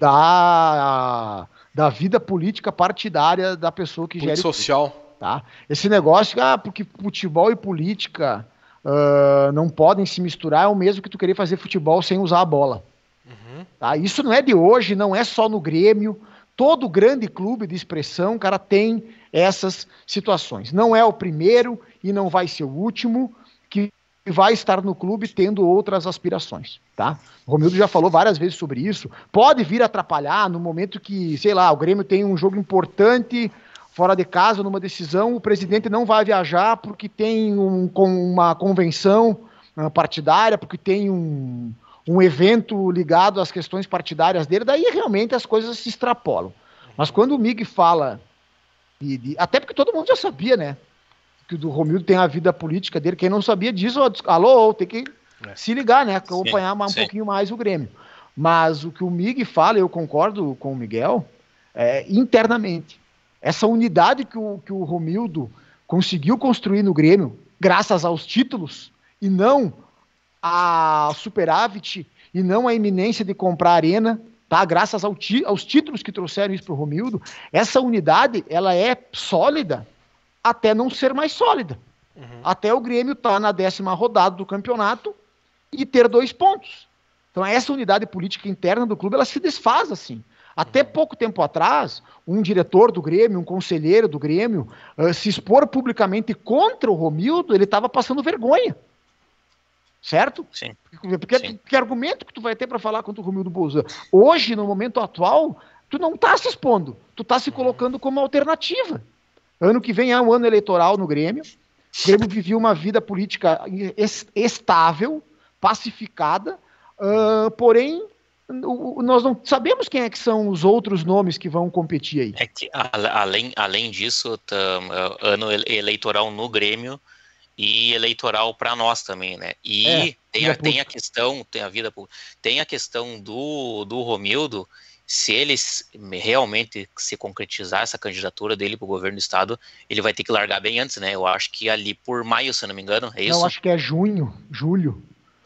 Da, da vida política partidária da pessoa que gera... social. Tá? Esse negócio, ah, porque futebol e política... Uh, não podem se misturar, é o mesmo que tu querer fazer futebol sem usar a bola. Uhum. Tá? Isso não é de hoje, não é só no Grêmio. Todo grande clube de expressão, cara, tem essas situações. Não é o primeiro e não vai ser o último que vai estar no clube tendo outras aspirações. Tá? O Romildo já falou várias vezes sobre isso. Pode vir atrapalhar no momento que, sei lá, o Grêmio tem um jogo importante... fora de casa, numa decisão, o presidente não vai viajar porque tem um, uma convenção partidária, porque tem um, um evento ligado às questões partidárias dele, daí realmente as coisas se extrapolam. Mas quando o Mig fala, de, de, até porque todo mundo já sabia, né, que o do Romildo tem a vida política dele, quem não sabia disso, alô, tem que é. se ligar, né, acompanhar sim, um sim. pouquinho mais o Grêmio. Mas o que o Mig fala, eu concordo com o Miguel, é, internamente. Essa unidade que o, que o Romildo conseguiu construir no Grêmio, graças aos títulos, e não a superávit, e não a iminência de comprar a arena, tá? Graças ao ti, aos títulos que trouxeram isso para o Romildo, essa unidade ela é sólida até não ser mais sólida. Uhum. Até o Grêmio estar tá na décima rodada do campeonato e ter dois pontos. Então essa unidade política interna do clube ela se desfaz assim. Até pouco tempo atrás, um diretor do Grêmio, um conselheiro do Grêmio, uh, se expor publicamente contra o Romildo, ele estava passando vergonha. Certo? Sim. Porque Sim. que argumento que tu vai ter para falar contra o Romildo Bolzan? Hoje, no momento atual, tu não está se expondo, tu está se colocando como alternativa. Ano que vem é um ano eleitoral no Grêmio. O Grêmio vivia uma vida política estável, pacificada, uh, porém nós não sabemos quem é que são os outros nomes que vão competir aí. É que, além, além disso, tá, ano eleitoral no Grêmio e eleitoral para nós também, né? E é, tem, a, tem a questão, tem a vida tem a questão do, do Romildo, se ele realmente se concretizar essa candidatura dele para o governo do estado, ele vai ter que largar bem antes, né? Eu acho que ali por maio, se não me engano, é isso? Não, acho que é junho, julho.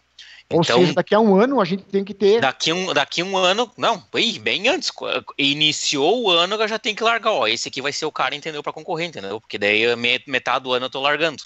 Ou então, seja, daqui a um ano a gente tem que ter... Daqui um, daqui um ano... Não, bem antes. Iniciou o ano, eu já tenho que largar. Ó, esse aqui vai ser o cara, entendeu? Para concorrer, entendeu? Porque daí metade do ano eu tô largando.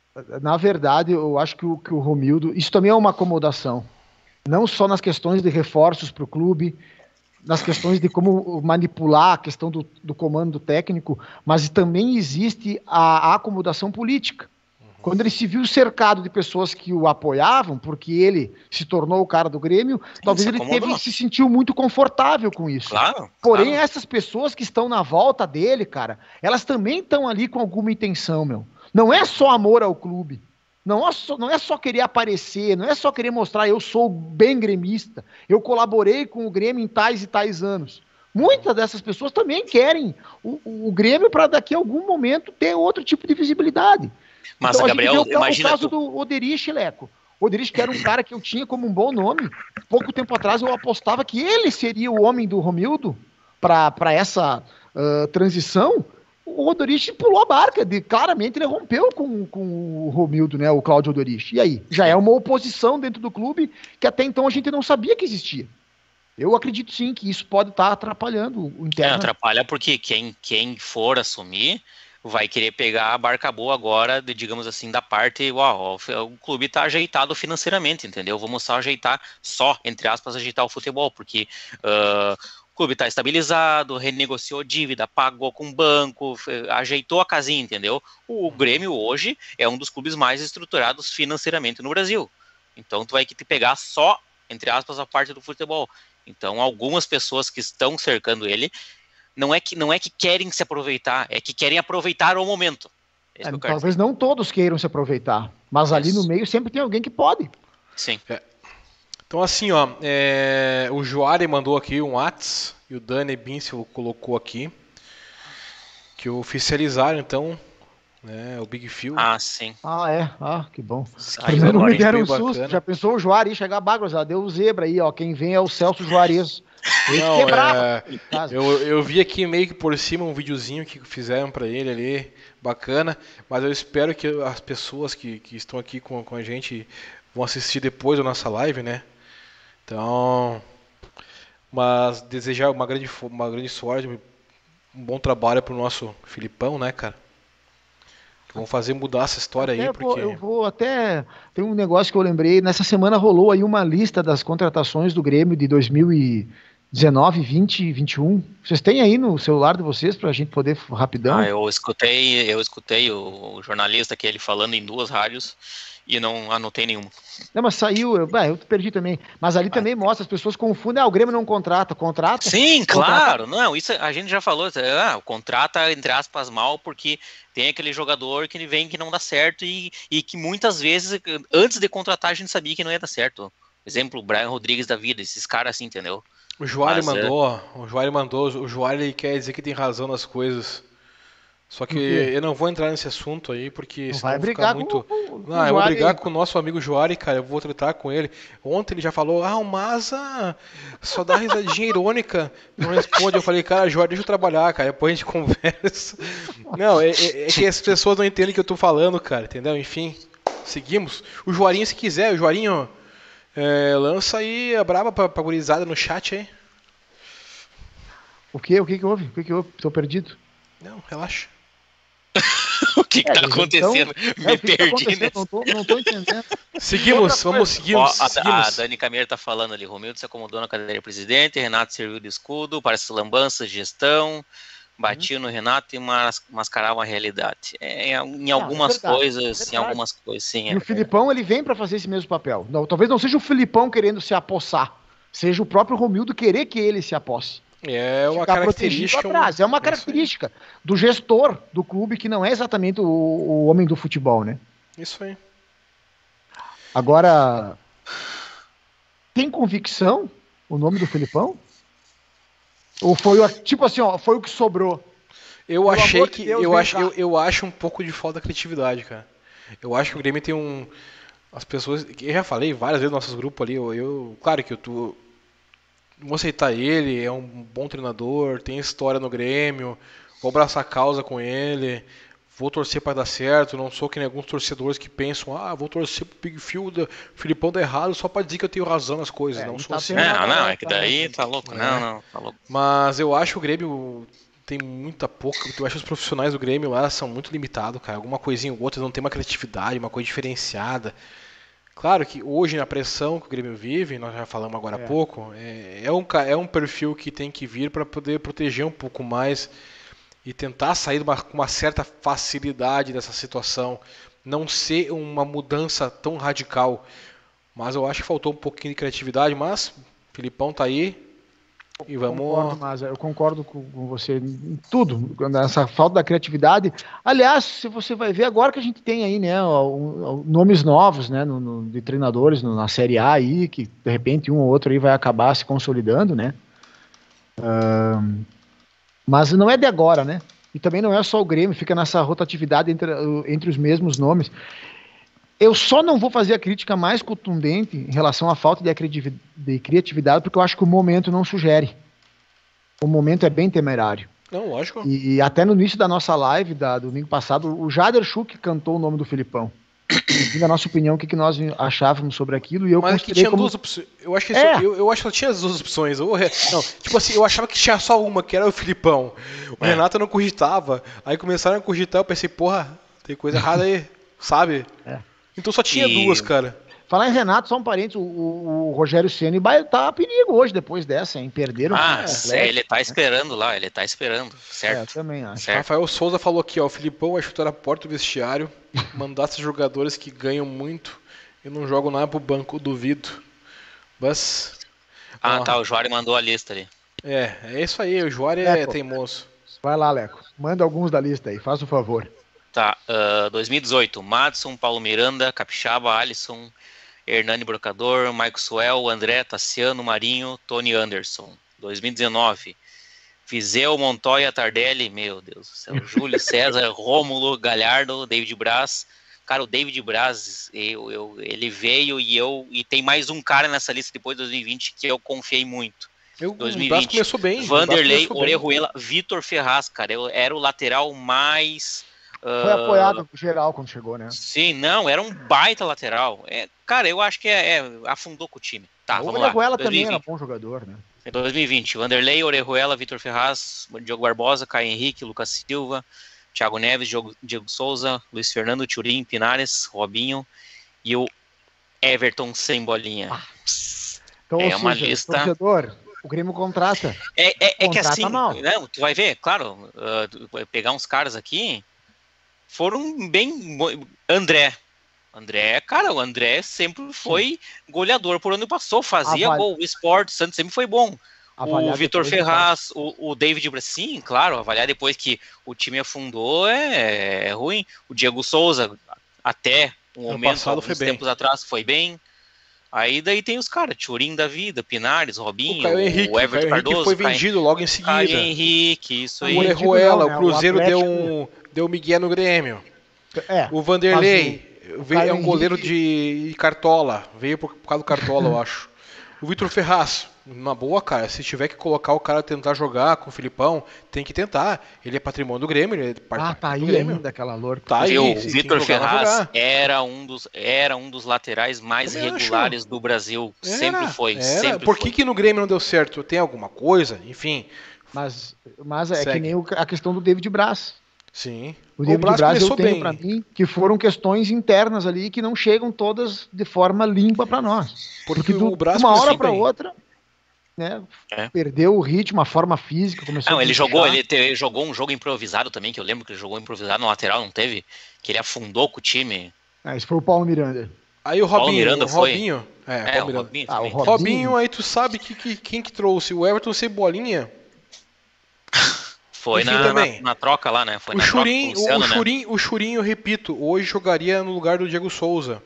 Na verdade, eu acho que o, que o Romildo... Isso também é uma acomodação. Não só nas questões de reforços para o clube, nas questões de como manipular a questão do, do comando técnico, mas também existe a, a acomodação política. Quando ele se viu cercado de pessoas que o apoiavam, porque ele se tornou o cara do Grêmio, Sim, talvez ele teve, se sentiu muito confortável com isso. Claro, Porém, claro. essas pessoas que estão na volta dele, cara, elas também estão ali com alguma intenção, meu. Não é só amor ao clube. Não é só, não é só querer aparecer, não é só querer mostrar eu sou bem gremista, eu colaborei com o Grêmio em tais e tais anos. Muitas dessas pessoas também querem o, o Grêmio para daqui a algum momento ter outro tipo de visibilidade. Mas, então, Gabriel, o, imagina... O caso tu... do Oderich, Leco. O Oderich, que era um cara que eu tinha como um bom nome. Pouco tempo atrás eu apostava que ele seria o homem do Romildo para essa uh, transição. O Oderich pulou a barca. De, claramente ele rompeu com, com o Romildo, né, o Cláudio Oderich. E aí? Já é uma oposição dentro do clube que até então a gente não sabia que existia. Eu acredito sim que isso pode estar tá atrapalhando o interno. É, atrapalha porque quem, quem for assumir vai querer pegar a barca boa agora, de, digamos assim, da parte, uau, o clube tá ajeitado financeiramente, entendeu? Vamos só ajeitar, só, entre aspas, ajeitar o futebol, porque uh, o clube tá estabilizado, renegociou dívida, pagou com banco, ajeitou a casinha, entendeu? O, o Grêmio hoje é um dos clubes mais estruturados financeiramente no Brasil. Então tu vai que te pegar só, entre aspas, a parte do futebol. Então algumas pessoas que estão cercando ele Não é, que, não é que querem se aproveitar, é que querem aproveitar o momento. É, que talvez não todos queiram se aproveitar, mas Isso. ali no meio sempre tem alguém que pode. Sim. É. Então assim, ó, é, o Joari mandou aqui um WhatsApp e o Dani Binsel colocou aqui que oficializaram então, né, o Big Phil. Ah, sim. Ah, é. Ah, que bom. Aí, Primeiro agora, me deram um susto. bacana. Já pensou o Joari chegar bagulho, já deu o zebra aí, ó. Quem vem é o Celso Juarez. Não, é, eu, eu vi aqui meio que por cima um videozinho que fizeram pra ele ali, bacana, mas eu espero que as pessoas que, que estão aqui com, com a gente vão assistir depois da nossa live, né? Então, mas desejar uma grande, uma grande sorte, um bom trabalho pro nosso Filipão, né, cara? Vamos fazer mudar essa história até aí, porque... Eu vou até... Tem um negócio que eu lembrei, nessa semana rolou aí uma lista das contratações do Grêmio de dois mil e dezenove, vinte, vinte e um. Vocês têm aí no celular de vocês pra gente poder rapidão? Ah, eu escutei, eu escutei o, o jornalista que ele falando em duas rádios e não anotei nenhuma. Não, mas saiu, eu, eu perdi também. Mas ali ah. também mostra, as pessoas confundem, ah, o Grêmio não contrata, contrata. Sim, contrata. Claro, não, isso a gente já falou, ah, contrata, entre aspas, mal, porque tem aquele jogador que vem que não dá certo e, e que muitas vezes, antes de contratar, a gente sabia que não ia dar certo. Exemplo, o Brian Rodrigues da vida, esses caras assim, entendeu? O Joari mandou, é... o Joari mandou, o Joari quer dizer que tem razão nas coisas. Só que eu não vou entrar nesse assunto aí, porque não senão vai brigar muito... com, com, não, eu vou brigar com o nosso amigo Joari, cara, eu vou tratar com ele. Ontem ele já falou, ah, o Maza só dá risadinha irônica, não responde. Eu falei, cara, Joari, deixa eu trabalhar, cara, depois a gente conversa. Não, é, é, é que as pessoas não entendem o que eu tô falando, cara, entendeu? Enfim, seguimos. O Joarinho, se quiser, o Joarinho... É, lança aí a braba pra, pra gurizada no chat aí. O quê? O que que houve? O que que houve? Tô perdido. Não, relaxa. O que, que É, tá então, acontecendo? é, Me o que que tá perdi acontecendo? nessa. Não tô, não tô entendendo. Seguimos, vamos Ó, seguimos. a, a seguimos. Dani Cameira tá falando ali, Romildo se acomodou na cadeira de presidente, Renato serviu de escudo, parece lambança, gestão, batia no Renato e mas, mascarava a realidade. É, em algumas é verdade, coisas, é em verdade. algumas coisas, sim. E É. o Filipão, ele vem pra fazer esse mesmo papel. Não, talvez não seja o Filipão querendo se apossar, seja o próprio Romildo querer que ele se aposse. É uma Ficar protegido característica. atrás. É uma é isso aí. característica do gestor do clube, que não é exatamente o, o homem do futebol, né? Isso aí. Agora, tem convicção o nome do Filipão? Ou foi, o- tipo assim, ó, foi o que sobrou? Eu Pelo achei amor de que. Deus, eu, vem acho, cá. eu, eu acho um pouco de falta de criatividade, cara. Eu acho que o Grêmio tem um. As pessoas. Eu já falei várias vezes nos nossos grupos ali. Eu, eu- claro que eu tô. Vou aceitar ele, é um bom treinador, tem história no Grêmio, vou abraçar a causa com ele, vou torcer para dar certo, não sou que nem alguns torcedores que pensam, ah, vou torcer pro Big Field, Filipão dá errado só para dizer que eu tenho razão nas coisas, É, não e sou tá assim. tendo- Não, não, é que daí tá louco. É. Não, não, tá louco. Mas eu acho que o Grêmio tem muita pouca, eu acho que os profissionais do Grêmio lá são muito limitados, cara, alguma coisinha ou outra, não tem uma criatividade, uma coisa diferenciada. Claro que hoje na pressão que o Grêmio vive, nós já falamos agora há É. pouco, é, é, um, ca- é um perfil que tem que vir para poder proteger um pouco mais e tentar sair de uma- com uma certa facilidade dessa situação, não ser uma mudança tão radical. Mas eu acho que faltou um pouquinho de criatividade, mas o Filipão tá aí e vamos. Concordo, mas eu concordo com, com você em tudo, nessa falta da criatividade. Aliás, se você vai ver agora que a gente tem aí, né, um- um- nomes novos, né, no, no- de treinadores no- na Série A aí, que de repente um ou outro aí vai acabar se consolidando, né? Ahn, mas não é de agora, né? E também não é só o Grêmio, fica nessa rotatividade entre, uh, entre os mesmos nomes. Eu só não vou fazer a crítica mais contundente em relação à falta de acredivi- de criatividade, porque eu acho que o momento não sugere. O momento é bem temerário. Não, lógico. E até no início da nossa live, da, do domingo passado, o Jader Schuch cantou o nome do Filipão. Pedindo a nossa opinião, o que, que nós achávamos sobre aquilo. E eu Mas aqui considerei tinha como... duas opções. Eu acho que É. isso- eu, eu acho que só tinha as duas opções. Ou, re- não, tipo assim, eu achava que tinha só uma, que era o Filipão. O É. Renato não cogitava. Aí começaram a cogitar, eu pensei, porra, tem coisa errada aí, sabe? É. Então só tinha E- duas, cara. Falar em Renato, só um parênteses, o, o- o Rogério Ceni vai tá a perigo hoje, depois dessa, hein? Perderam Ah, pro é, Atlético, ele tá né? esperando lá, ele tá esperando, É, eu certo? também acho. Certo. Rafael Souza falou aqui, ó, o Filipão vai chutar a porta do vestiário, mandar esses jogadores que ganham muito e não jogam nada pro banco, duvido. Mas. Ah, ó, tá, o Jory mandou a lista ali. É, é isso aí, o Juárez É, é pô. teimoso. Vai lá, Leco. Manda alguns da lista aí, faz o favor. Tá, ah, dois mil e dezoito, Madison, Paulo Miranda, Capixaba, Alisson, Hernani Brocador, Maico Suel, André, Tassiano, Marinho, Tony Anderson. dois mil e dezenove, Viseu, Montoya, Tardelli, meu Deus do céu, Júlio César, Rômulo, Galhardo, David Braz. Cara, o David Braz, eu, eu, ele veio e eu e tem mais um cara nessa lista depois de dois mil e vinte que eu confiei muito. Eu, dois o mil e Brás vinte, começou bem. o Brás Vanderlei, começou bem. Orejuela, Vitor Ferraz, cara, eu era o lateral mais... Foi ah, apoiado geral quando chegou, né? Sim, não, era um baita lateral. É, cara, eu acho que é, é, afundou com o time. Tá, o vamos lá. Orejuela também era dois mil e vinte. bom jogador, né? dois mil e vinte, Vanderlei, Orejuela, Vitor Ferraz, Diogo Barbosa, Caio Henrique, Lucas Silva, Thiago Neves, Diogo, Diego Souza, Luiz Fernando, Turim, Pinares, Robinho e o Everton sem bolinha. Ah, Então, É ou uma seja, lista- torcedor, o Grêmio contrata. É, é, é que Contrata assim, mal. não, tu vai ver, claro, uh, tu vai pegar uns caras aqui, foram bem... bo- André. André, cara, o André sempre foi goleador por onde passou, fazia Avali- gol. O Sport Santos sempre foi bom. O Avaliar Vitor depois, Ferraz, o, o David Braz, sim, claro, avaliar depois que o time afundou é, é ruim. O Diego Souza, até um Ano momento, passado alguns foi bem. tempos atrás, foi bem. Aí daí tem os caras, Turim da vida, Pinares, Robinho, O Caio Henrique, o o Everton Caio Henrique Cardoso, foi Caio- vendido logo em seguida. Caio Henrique, isso aí. O vendido Orejuela, não, né? o Cruzeiro O deu Atlético- um deu Miguel no Grêmio. É, O Vanderlei o veio, é Caio um goleiro Henrique- de Cartola, veio por, por causa do Cartola, eu acho. O Vitor Ferraz, uma boa, cara, se tiver que colocar o cara tentar jogar com o Filipão, tem que tentar. Ele é patrimônio do Grêmio, ele é parte ah, tá do aí Grêmio. ainda aquela lorca. Tá aí, Viu, o se tem Vitor que jogar, vai Ferraz jogar. era um dos era um dos laterais mais Também acho. regulares do Brasil, Era, sempre foi, era. sempre Por foi. que, que no Grêmio não deu certo? Tem alguma coisa? Enfim, Mas, mas é Segue. que nem o- a questão do David Braz. Sim. O David Braz Braz eu começou tenho bem. pra mim que foram questões internas ali que não chegam todas de forma limpa pra nós. Porque, Porque do, o Braz de uma hora começou pra bem. outra, né, É. perdeu o ritmo, a forma física, começou Não, a ele jogou, deslanchar. ele, te- ele jogou um jogo improvisado também, que eu lembro que ele jogou improvisado no lateral, não teve? Que ele afundou com o time. Ah, esse foi o Paulo Miranda. Aí o Paulo Robinho, Miranda o foi? Robinho, é, É, Paulo o Miranda. Robinho Ah, o também. Robinho. Robinho, aí tu sabe que, que quem que trouxe? O Everton Cebolinha. Foi Enfim, na, na, também. na troca lá, né? Foi O na Churin, troca com o Luciano, o, o, né? Churin, o Churin, eu repito, hoje jogaria no lugar do Diego Souza.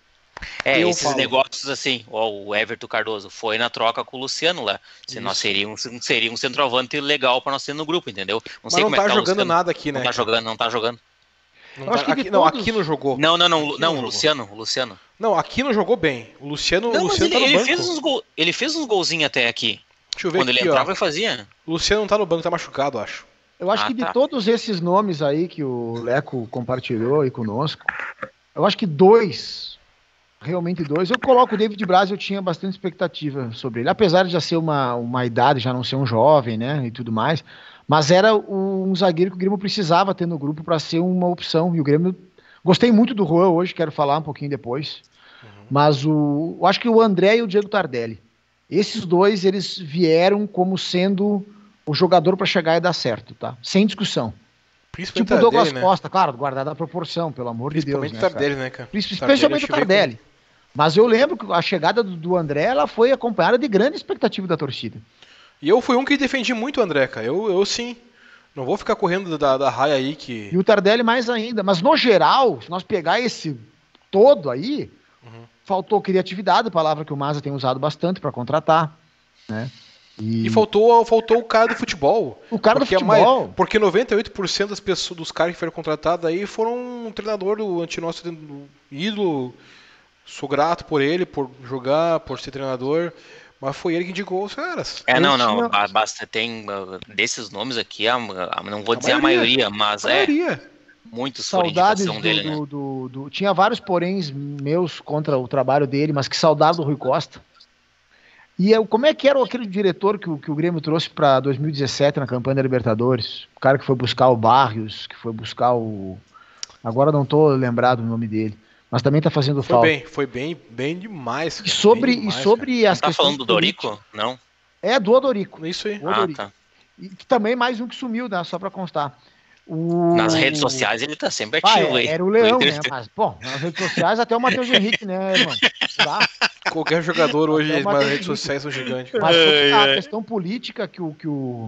É, eu esses falo. negócios assim, ó, o Everton Cardoso foi na troca com o Luciano lá. Se nós Isso. seria um, seria um centroavante legal pra nós ter no grupo, entendeu? Não Mas sei não como tá é que tá o jogando Luciano. nada aqui, né? Não tá cara? jogando, não tá jogando. Não Eu tá- acho que de aqui, não, todos- aqui não jogou. Não, não, não, Aqui não, não o jogou. Luciano, o Luciano. Não, aqui não jogou bem. O Luciano, Não, o mas Luciano ele, tá no ele banco. fez uns gol, ele fez uns golzinhos até aqui. Deixa eu ver Quando aqui, ele entrava, ó. ele fazia. O Luciano não tá no banco, tá machucado, acho. Eu acho Ah, que de tá. todos esses nomes aí que o Leco compartilhou aí conosco, eu acho que dois, realmente dois, eu coloco o David Braz, eu tinha bastante expectativa sobre ele, apesar de já ser uma, uma idade, já não ser um jovem, né, e tudo mais, mas era o- um zagueiro que o Grêmio precisava ter no grupo para ser uma opção, e o Grêmio, gostei muito do Juan hoje, quero falar um pouquinho depois, mas o, eu acho que o André e o Diego Tardelli, esses dois, eles vieram como sendo o jogador para chegar e dar certo, tá? Sem discussão. Principalmente Tipo o Douglas Tardelli, né? Costa, claro, guardada a proporção, pelo amor de Deus. Principalmente Né, o cara? Tardelli, né, cara? Especialmente o Tardelli, Tardelli. Mas eu lembro que a chegada do, do André ela foi acompanhada de grande expectativa da torcida. E eu fui um que defendi muito o André, cara. Eu, eu sim. Não vou ficar correndo da, da raia aí que. E o Tardelli mais ainda. Mas no geral, se nós pegar esse todo aí, Uhum. faltou criatividade, palavra que o Maza tem usado bastante para contratar, né? E, E faltou, faltou o cara do futebol. o cara do Porque a futebol. mai- Porque noventa e oito por cento das pessoas, dos caras que foram contratados aí foram um treinador do anti-nosso do ídolo. Sou grato por ele, por jogar, por ser treinador. Mas foi ele que indicou os caras. É, Eu não, não, tinha- ba- basta, tem, uh, desses nomes aqui, a- a- não vou A dizer maioria. a maioria, mas A é, maioria. muitos foram Saudades indicação do, dele, né? do, do- do- Tinha vários poréns meus contra o trabalho dele, mas que saudade do Rui Costa. E eu, como é que era aquele diretor que o, que o Grêmio trouxe para dois mil e dezessete na campanha da Libertadores? O cara que foi buscar o Barrios, que foi buscar o. Agora não tô lembrado o nome dele, mas também tá fazendo Foi falta. bem, foi bem, bem demais. E Cara, sobre, bem demais, e sobre as Tá questões falando do políticas- Dorico? Não? É, do Odorico. cara. Isso aí. O Ah, Odorico. tá. E que também mais um que sumiu, né? Só para constar. O... Nas redes sociais ele tá sempre Ah, ativo é, aí. era o Leão, né? Twitter. Mas, bom, nas redes sociais até o Matheus Henrique, né, irmão? Não dá. Qualquer jogador hoje É uma nas técnica. redes sociais são gigantes. Mas sobre a ai. questão política que o, que o,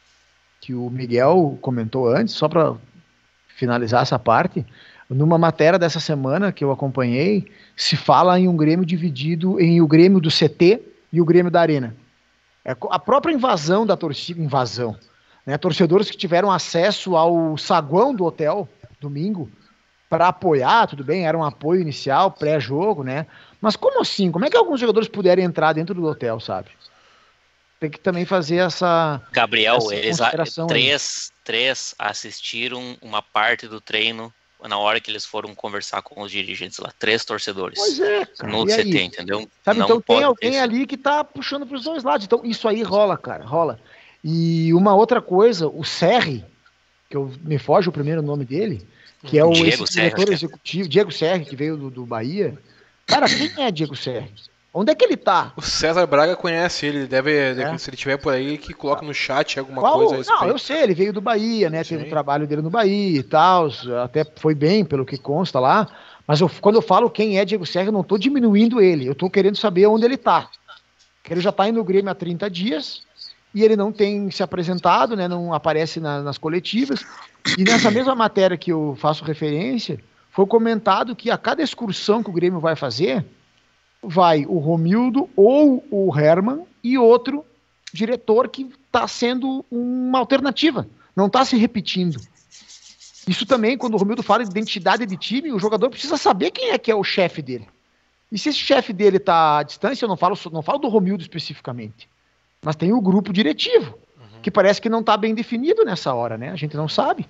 que o Miguel comentou antes, só para finalizar essa parte, numa matéria dessa semana que eu acompanhei, se fala em um Grêmio dividido em o Grêmio do C T e o Grêmio da Arena. É a própria invasão da torcida, invasão, né? Torcedores que tiveram acesso ao saguão do hotel domingo para apoiar, tudo bem, era um apoio inicial, pré-jogo, né? Mas como assim? Como é que alguns jogadores puderam entrar dentro do hotel, sabe? Tem que também fazer essa... Gabriel, Essa eles consideração aí. três, três assistiram uma parte do treino na hora que eles foram conversar com os dirigentes lá. Três torcedores. Pois é, cara. No E C T, aí? entendeu? Sabe, Não então pode tem ter alguém isso. ali que tá puxando pros dois lados. Então isso aí rola, cara, rola. E uma outra coisa, o Serri, que eu, me foge o primeiro nome dele, que é o Diego esse Serri, diretor acho que é. executivo, Diego Serri, que veio do, do Bahia. Cara, quem é Diego Serri? Onde é que ele tá? O César Braga conhece ele, deve, É. se ele tiver por aí, que coloca no chat alguma Qual- coisa a respeito. Não, eu sei, ele veio do Bahia, né? Teve Sim. o trabalho dele no Bahia e tal, até foi bem, pelo que consta lá. Mas eu- quando eu falo quem é Diego Serra, eu não tô diminuindo ele, eu tô querendo saber onde ele tá. Porque ele já tá indo no Grêmio há trinta dias e ele não tem se apresentado, né? Não aparece na- nas coletivas. E nessa mesma matéria que eu faço referência, foi comentado que a cada excursão que o Grêmio vai fazer, vai o Romildo ou o Herman e outro diretor que está sendo uma alternativa, não está se repetindo. Isso também, quando o Romildo fala de identidade de time, o jogador precisa saber quem é que é o chefe dele. E se esse chefe dele está à distância, eu não falo, não falo do Romildo especificamente, mas tem o grupo diretivo, que parece que não está bem definido nessa hora, né? A gente não sabe.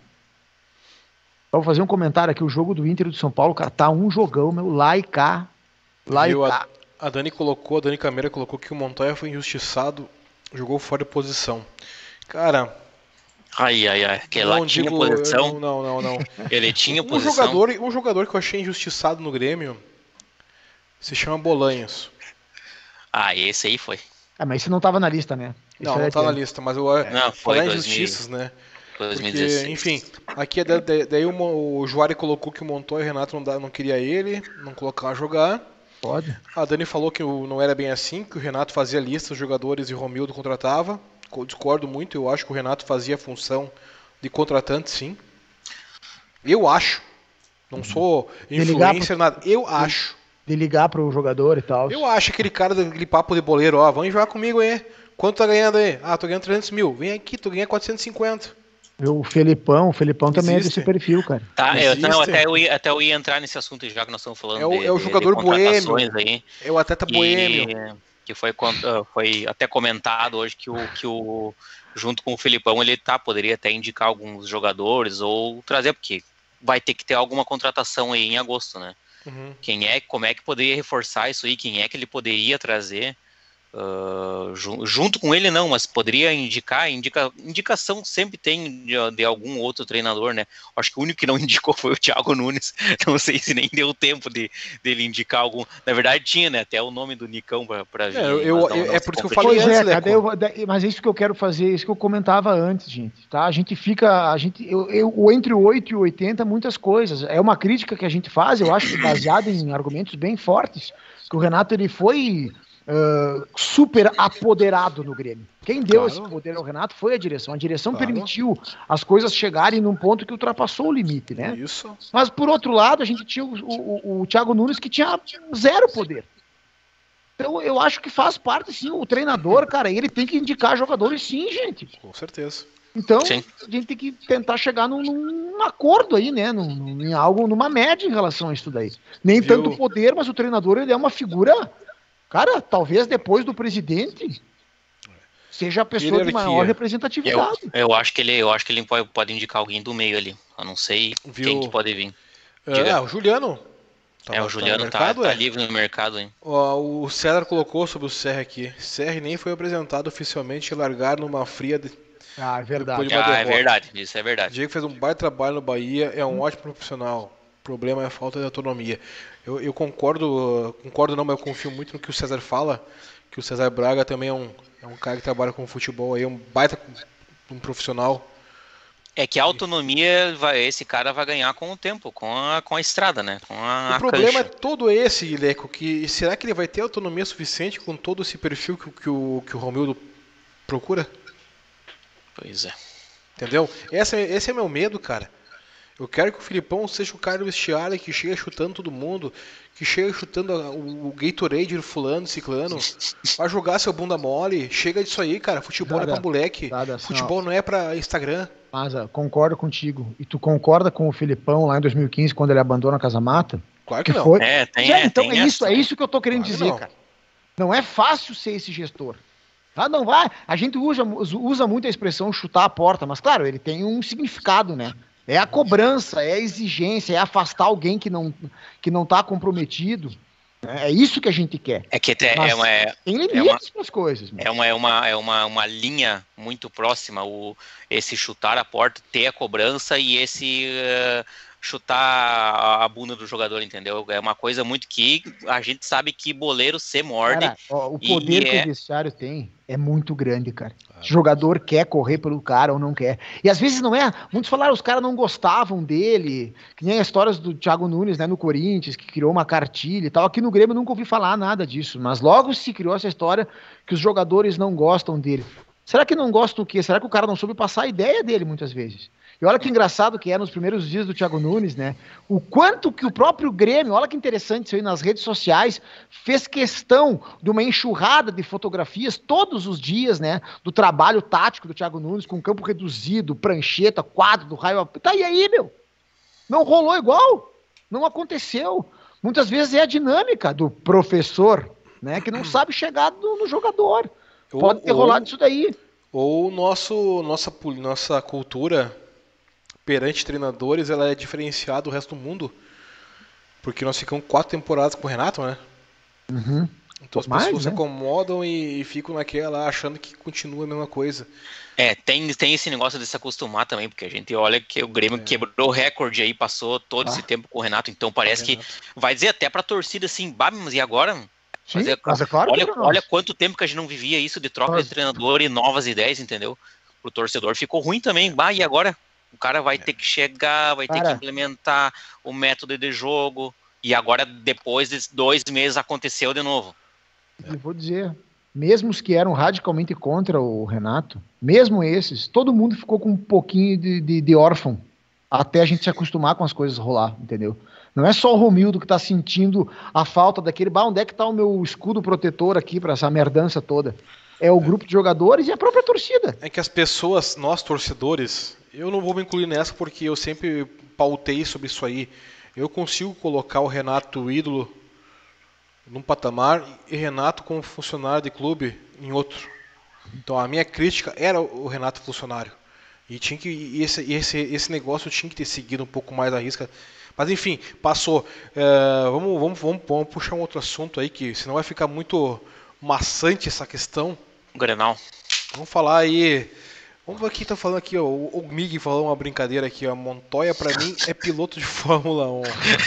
Vou fazer um comentário aqui, o jogo do Inter e do São Paulo, cara, tá um jogão, meu, lá e cá. Lá Viu, e a, cá. a Dani colocou, a Dani Cameira colocou que o Montoya foi injustiçado, jogou fora de posição. Cara, Ai, ai, ai. Que lá não tinha digo, posição. não, não, não, não. Ele tinha Um posição. jogador, um jogador que eu achei injustiçado no Grêmio se chama Bolanhos. Ah, esse aí foi. Ah, mas esse não tava na lista, né? Esse Não, era não tá na adiante. lista, mas eu Não, foi falar dois mil, injustiças, né? dois mil e Porque, dezesseis. enfim, aqui é da- da- daí o, Mo- o Juari colocou que o Montoya e o Renato não, dá- não queria ele, não colocar a jogar. Pode. A Dani falou que o- não era bem assim, que o Renato fazia lista dos jogadores e o Romildo contratava. Co- Discordo muito, eu acho que o Renato fazia a função de contratante, sim. Eu acho. Não sou ligar influencer, nada. Eu acho. De ligar pro jogador e tal. Eu acho aquele cara daquele papo de boleiro, ó, vamos jogar comigo aí. Quanto tá ganhando aí? Ah, tô ganhando trezentos mil. Vem aqui, tu ganha quatrocentos e cinquenta. O Felipão, o Felipão também Existe. é desse perfil, cara. Tá, eu, não, Existe. até eu, ia, até eu ia entrar nesse assunto já que nós estamos falando É o- de, é o de- jogador de contratações boêmio. aí. É o atleta que, boêmio. que foi, con- ah, foi até comentado hoje que o, que o junto com o Felipão ele tá, poderia até indicar alguns jogadores ou trazer, porque vai ter que ter alguma contratação aí em agosto, né? Uhum. Quem é, como é que poderia reforçar isso aí, quem é que ele poderia trazer uh, ju- junto com ele não, mas poderia indicar, indica, indicação sempre tem de, de algum outro treinador, né? Acho que o único que não indicou foi o Thiago Nunes, não sei se nem deu tempo de dele indicar algum, na verdade tinha, né, até o nome do Nicão para vir. É, eu- mas não- eu- não é se por isso que eu concretizou. falei Pois antes, é, Leco. cadê eu, da- mas é isso que eu quero fazer, isso que eu comentava antes, gente, tá? A gente fica, a gente, eu, eu, o entre o oito e o oitenta, muitas coisas. É uma crítica que a gente faz, eu acho, baseada em argumentos bem fortes, que o Renato, ele foi ah, super apoderado no Grêmio. Quem deu Claro. esse poder ao Renato foi a direção. A direção Claro. permitiu as coisas chegarem num ponto que ultrapassou o limite, né? Isso. Mas, por outro lado, a gente tinha o, o, o Thiago Nunes que tinha zero poder. Então, eu acho que faz parte, sim, o treinador, cara, ele tem que indicar jogadores, sim, gente. Com certeza. Então, Sim. a gente tem que tentar chegar num, num acordo aí, né? Num, num- em algo, numa média em relação a isso daí. Nem Viu? tanto poder, mas o treinador, ele é uma figura, cara, talvez depois do presidente, seja a pessoa de Hierarquia. maior Eu, representatividade. eu acho que ele, eu acho que ele pode, pode indicar alguém do meio ali. Eu não sei Viu? quem que pode vir. É, Diga. o Juliano. é, o no Juliano tá, mercado, tá é? livre no mercado, hein? Ó, o César colocou sobre o Serra aqui. Serra nem foi apresentado oficialmente e largar numa fria. De... Ah, é verdade. Depois de uma Ah, é derrota. verdade, isso é verdade. Diego fez um baita trabalho no Bahia, é um ótimo profissional. O problema é a falta de autonomia. Eu, eu concordo, uh, concordo não, mas eu confio muito no que o César fala, que o César Braga também é um, é um cara que trabalha com futebol aí, é um baita um profissional. É que a autonomia, vai, esse cara vai ganhar com o tempo, com a, com a estrada, né? Com a, O a problema é cancha. todo esse, Leco, que será que ele vai ter autonomia suficiente com todo esse perfil que, que, o, que o Romildo procura? Pois é. Entendeu? Esse, é- esse é meu medo, cara. Eu quero que o Filipão seja o cara do vestiário que chega chutando todo mundo, que chega chutando a- o, o Gatorade do fulano, ciclano, vai jogar seu bunda mole. Chega disso aí, cara. Futebol Dada, é pra moleque. dada, assim, Futebol não é pra Instagram. Mas ah, concordo contigo. E tu concorda com o Filipão lá em dois mil e quinze, quando ele abandona a Casa Mata? Claro que, Que não. foi. É, tem, Já, é, então tem é isso, essa. é isso que eu tô querendo Claro que dizer, não. cara. Não é fácil ser esse gestor. Ah, não vai. A gente usa, usa muito a expressão chutar a porta, mas claro, ele tem um significado, né? É a cobrança, é a exigência, é afastar alguém que não, que não tá comprometido. É isso que a gente quer. É que tem, Mas é uma, é, tem é uma- limites para as coisas. Né? é uma, é uma, é uma, uma linha muito próxima, o, esse chutar a porta, ter a cobrança e esse eh, chutar a, a bunda do jogador, entendeu? É uma coisa muito que a gente sabe que boleiro se morde. Cara, ó, o e poder que é- o vestiário tem é muito grande, cara. O jogador quer correr pelo cara ou não quer. E às vezes não é. Muitos falaram, os caras não gostavam dele. Que nem as histórias do Thiago Nunes, né, no Corinthians, que criou uma cartilha e tal. Aqui no Grêmio eu nunca ouvi falar nada disso. Mas logo se criou essa história que os jogadores não gostam dele. Será que não gostam o quê? Será que o cara não soube passar a ideia dele muitas vezes? E olha que engraçado que é nos primeiros dias do Thiago Nunes, né? O quanto que o próprio Grêmio, olha que interessante isso aí nas redes sociais, fez questão de uma enxurrada de fotografias todos os dias, né? Do trabalho tático do Thiago Nunes, com campo reduzido, prancheta, quadro do raio. Tá, e aí, meu? Não rolou igual? Não aconteceu. Muitas vezes é a dinâmica do professor, né? Que não sabe chegar no, no jogador. Pode ter Ou- rolado isso daí. Ou nosso, nossa, pol- nossa cultura perante treinadores, ela é diferenciada do resto do mundo. Porque nós ficamos quatro temporadas com o Renato, né? Uhum. Então as Mais, pessoas se né? acomodam e, e ficam naquela achando que continua a mesma coisa. É, tem, tem esse negócio de se acostumar também, porque a gente olha que o Grêmio É. quebrou o recorde aí, passou todo Ah. esse tempo com o Renato, então parece Renato. que vai dizer até pra torcida assim, bah, mas e agora? Sim, Fazer- mas é claro olha, que pra olha nós. quanto tempo que a gente não vivia isso de troca Nós- de treinador e novas ideias, entendeu? Pro torcedor ficou ruim também, bah, e agora? O cara vai ter que chegar, vai ter Cara. que implementar o método de jogo, e agora, depois de dois meses, aconteceu de novo. E vou dizer, mesmo os que eram radicalmente contra o Renato, mesmo esses, todo mundo ficou com um pouquinho de, de, de órfão, até a gente se acostumar com as coisas rolar, entendeu? Não é só o Romildo que tá sentindo a falta daquele, bah, onde é que tá o meu escudo protetor aqui pra essa merdança toda? É o grupo de jogadores e a própria torcida. É que as pessoas, nós torcedores, eu não vou me incluir nessa porque eu sempre pautei sobre isso aí. Eu consigo colocar o Renato ídolo num patamar e Renato como funcionário de clube em outro. Então a minha crítica era o Renato funcionário. E tinha que e esse, esse, esse negócio tinha que ter seguido um pouco mais a risca. Mas enfim, passou. É, vamos, vamos, vamos, vamos puxar um outro assunto aí, que senão vai ficar muito maçante essa questão. O Grenal. Vamos falar aí. Vamos ver aqui, tá falando aqui, ó. O, o Mig falou uma brincadeira aqui, ó. Montoya pra mim é piloto de Fórmula um.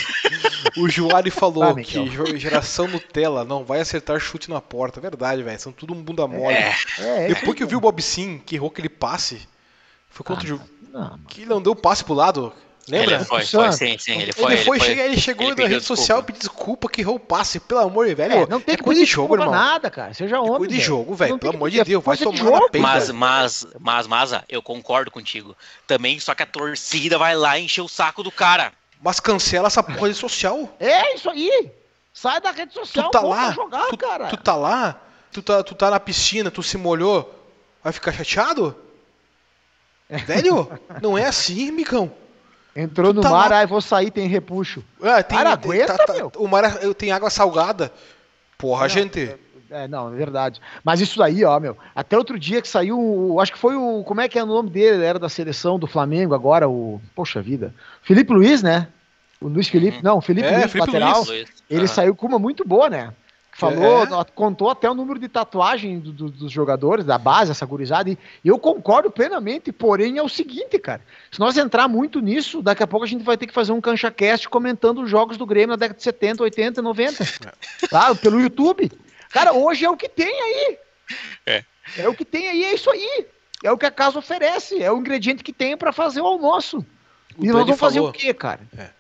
O Juari falou Ah, que Miguel. geração Nutella não vai acertar chute na porta. Verdade, velho. São tudo um bunda mole. É. É, Depois que eu vi o Bob Sim, que errou aquele passe, foi contra o Ju... Não, mano. que ele não deu o passe pro lado. Lembra? Ele foi, Santos. foi, sim, sim. Ele foi. Ele, foi, ele foi- chega- ele chegou ele na pediu rede desculpa. social e pediu desculpa que errou o passe. Pelo amor de velho. É, não tem é que coisa pedir de jogo, desculpa irmão. nada, cara. Seja homem. coisa de velho. jogo, velho. Não tem Pelo que amor de pedir, é Deus, vai coisa de tomar na jogo. peita. Mas, mas, mas, Maza, eu concordo contigo. Também, só que a torcida vai lá encher o saco do cara. Mas cancela essa porra de social. É isso aí. Sai da rede social, Tu tá volta lá, a jogar, tu, cara. tu tá lá, tu tá, tu tá na piscina, tu se molhou, vai ficar chateado? Velho, não é assim, micão. Entrou tu no tá mar, lá. aí vou sair, tem repuxo. Ah, tem, Cara, tem- aguenta, tá- tá- meu. o mar é- tem água salgada. Porra, Não, gente. É, não, é verdade. Mas isso daí, ó, meu, até outro dia que saiu, o- acho que foi o, como é que é o nome dele? Ele era da seleção do Flamengo agora, o, poxa vida, Felipe Luiz, né? O Luiz Felipe, não, o Felipe É, Luiz, Felipe lateral, Luiz. ele Aham. saiu com uma muito boa, né? Falou, É. contou até o número de tatuagem do- do- dos jogadores, da base, essa gurizada, e eu concordo plenamente, porém é o seguinte, cara, se nós entrar muito nisso, daqui a pouco a gente vai ter que fazer um CanchaCast comentando os jogos do Grêmio na década de setenta, oitenta, noventa, tá? Pelo YouTube. Cara, hoje é o que tem aí. É. É o que tem aí, é isso aí. É o que a casa oferece, é o ingrediente que tem pra fazer o almoço. O e nós Dani vamos fazer falou- o quê, cara?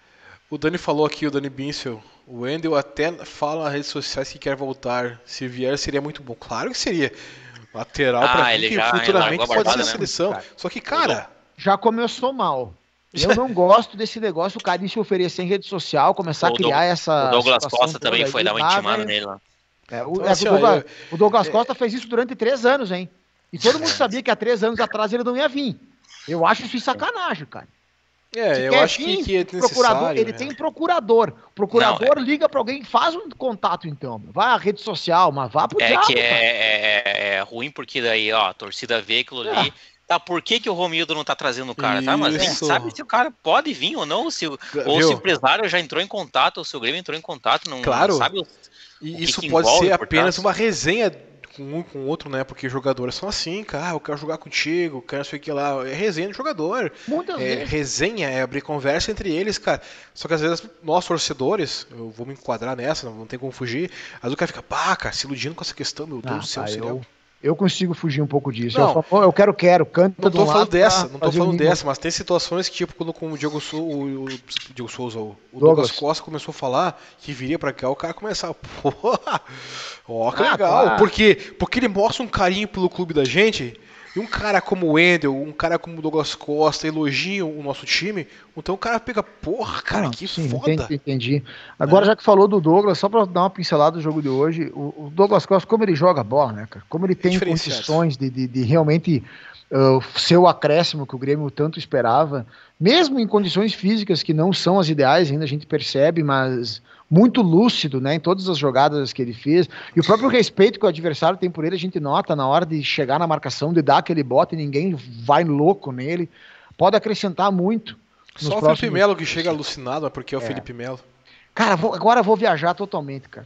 O Dani falou aqui, o Dani Binsel. O Wendel até fala nas redes sociais que quer voltar. Se vier, seria muito bom. Claro que seria. Lateral Ah, pra mim, ele que já futuramente largou a pode ser barbada, a né? seleção. Cara. Só que, cara, Já começou mal. Eu não gosto desse negócio, o cara ir se oferecer em rede social, começar O a criar essa. O Douglas situação Costa toda também aí, foi dar uma tá, intimada velho? nele lá. É, o, Então, é, assim, o Douglas, ó, o Douglas Costa fez isso durante três anos, hein? E todo mundo sabia que há três anos atrás ele não ia vir. Eu acho isso sacanagem, cara. é, Se eu quer acho vir, que, que é procurador, necessário. ele né? tem procurador. Procurador liga pra alguém, faz um contato então. meu. Vai à rede social, mas vá pro É diabo, que cara. é, é, é ruim porque daí, ó, a torcida vê aquilo ali. Tá, por que, que o Romildo não tá trazendo o cara, tá? Mas nem Isso. sabe se o cara pode vir ou não, se, o- ou Viu? se o empresário já entrou em contato, ou se o Grêmio entrou em contato, não, Claro. não sabe o, E o que isso que pode envolve ser por apenas trás. uma resenha com um com o outro, né? Porque jogadores são assim, cara, eu quero jogar contigo, quero sei o que lá. É resenha de jogador. Muitas É, vezes. resenha, é abrir conversa entre eles, cara. Só que às vezes nós torcedores, eu vou me enquadrar nessa, não tem como fugir. Às vezes o cara fica, pá, cara, se iludindo com essa questão, meu Deus Ah, do céu, tá, seria. eu, eu consigo fugir um pouco disso. Não. eu, falo, eu quero, quero, canta Não de tô um falando lado pra dessa, não tô fazer falando o nível. dessa, mas tem situações que, tipo, quando com o Diego, Sou, o, o, Diego Souza, o, o Douglas. Douglas Costa começou a falar que viria pra cá, o cara começava, porra, ó, que Ah, legal. claro. Por quê? Porque ele mostra um carinho pelo clube da gente, e um cara como o Wendel, um cara como o Douglas Costa elogiam o nosso time, então o cara pega, porra, cara, Ah, que sim, foda. Entendi, entendi. Agora, já que falou do Douglas, só pra dar uma pincelada do jogo de hoje, o, o Douglas Costa, como ele joga bola, né, cara? Como ele tem diferenciado. condições de, de, de realmente uh, ser o acréscimo que o Grêmio tanto esperava, mesmo em condições físicas que não são as ideais, ainda a gente percebe, mas muito lúcido, né, em todas as jogadas que ele fez, e o próprio respeito que o adversário tem por ele, a gente nota na hora de chegar na marcação, de dar aquele bote e ninguém vai louco nele, pode acrescentar muito. nos Só o próximos- Felipe Melo que chega alucinado, mas porque é o É. Felipe Melo. Cara, vou- agora eu vou viajar totalmente, cara.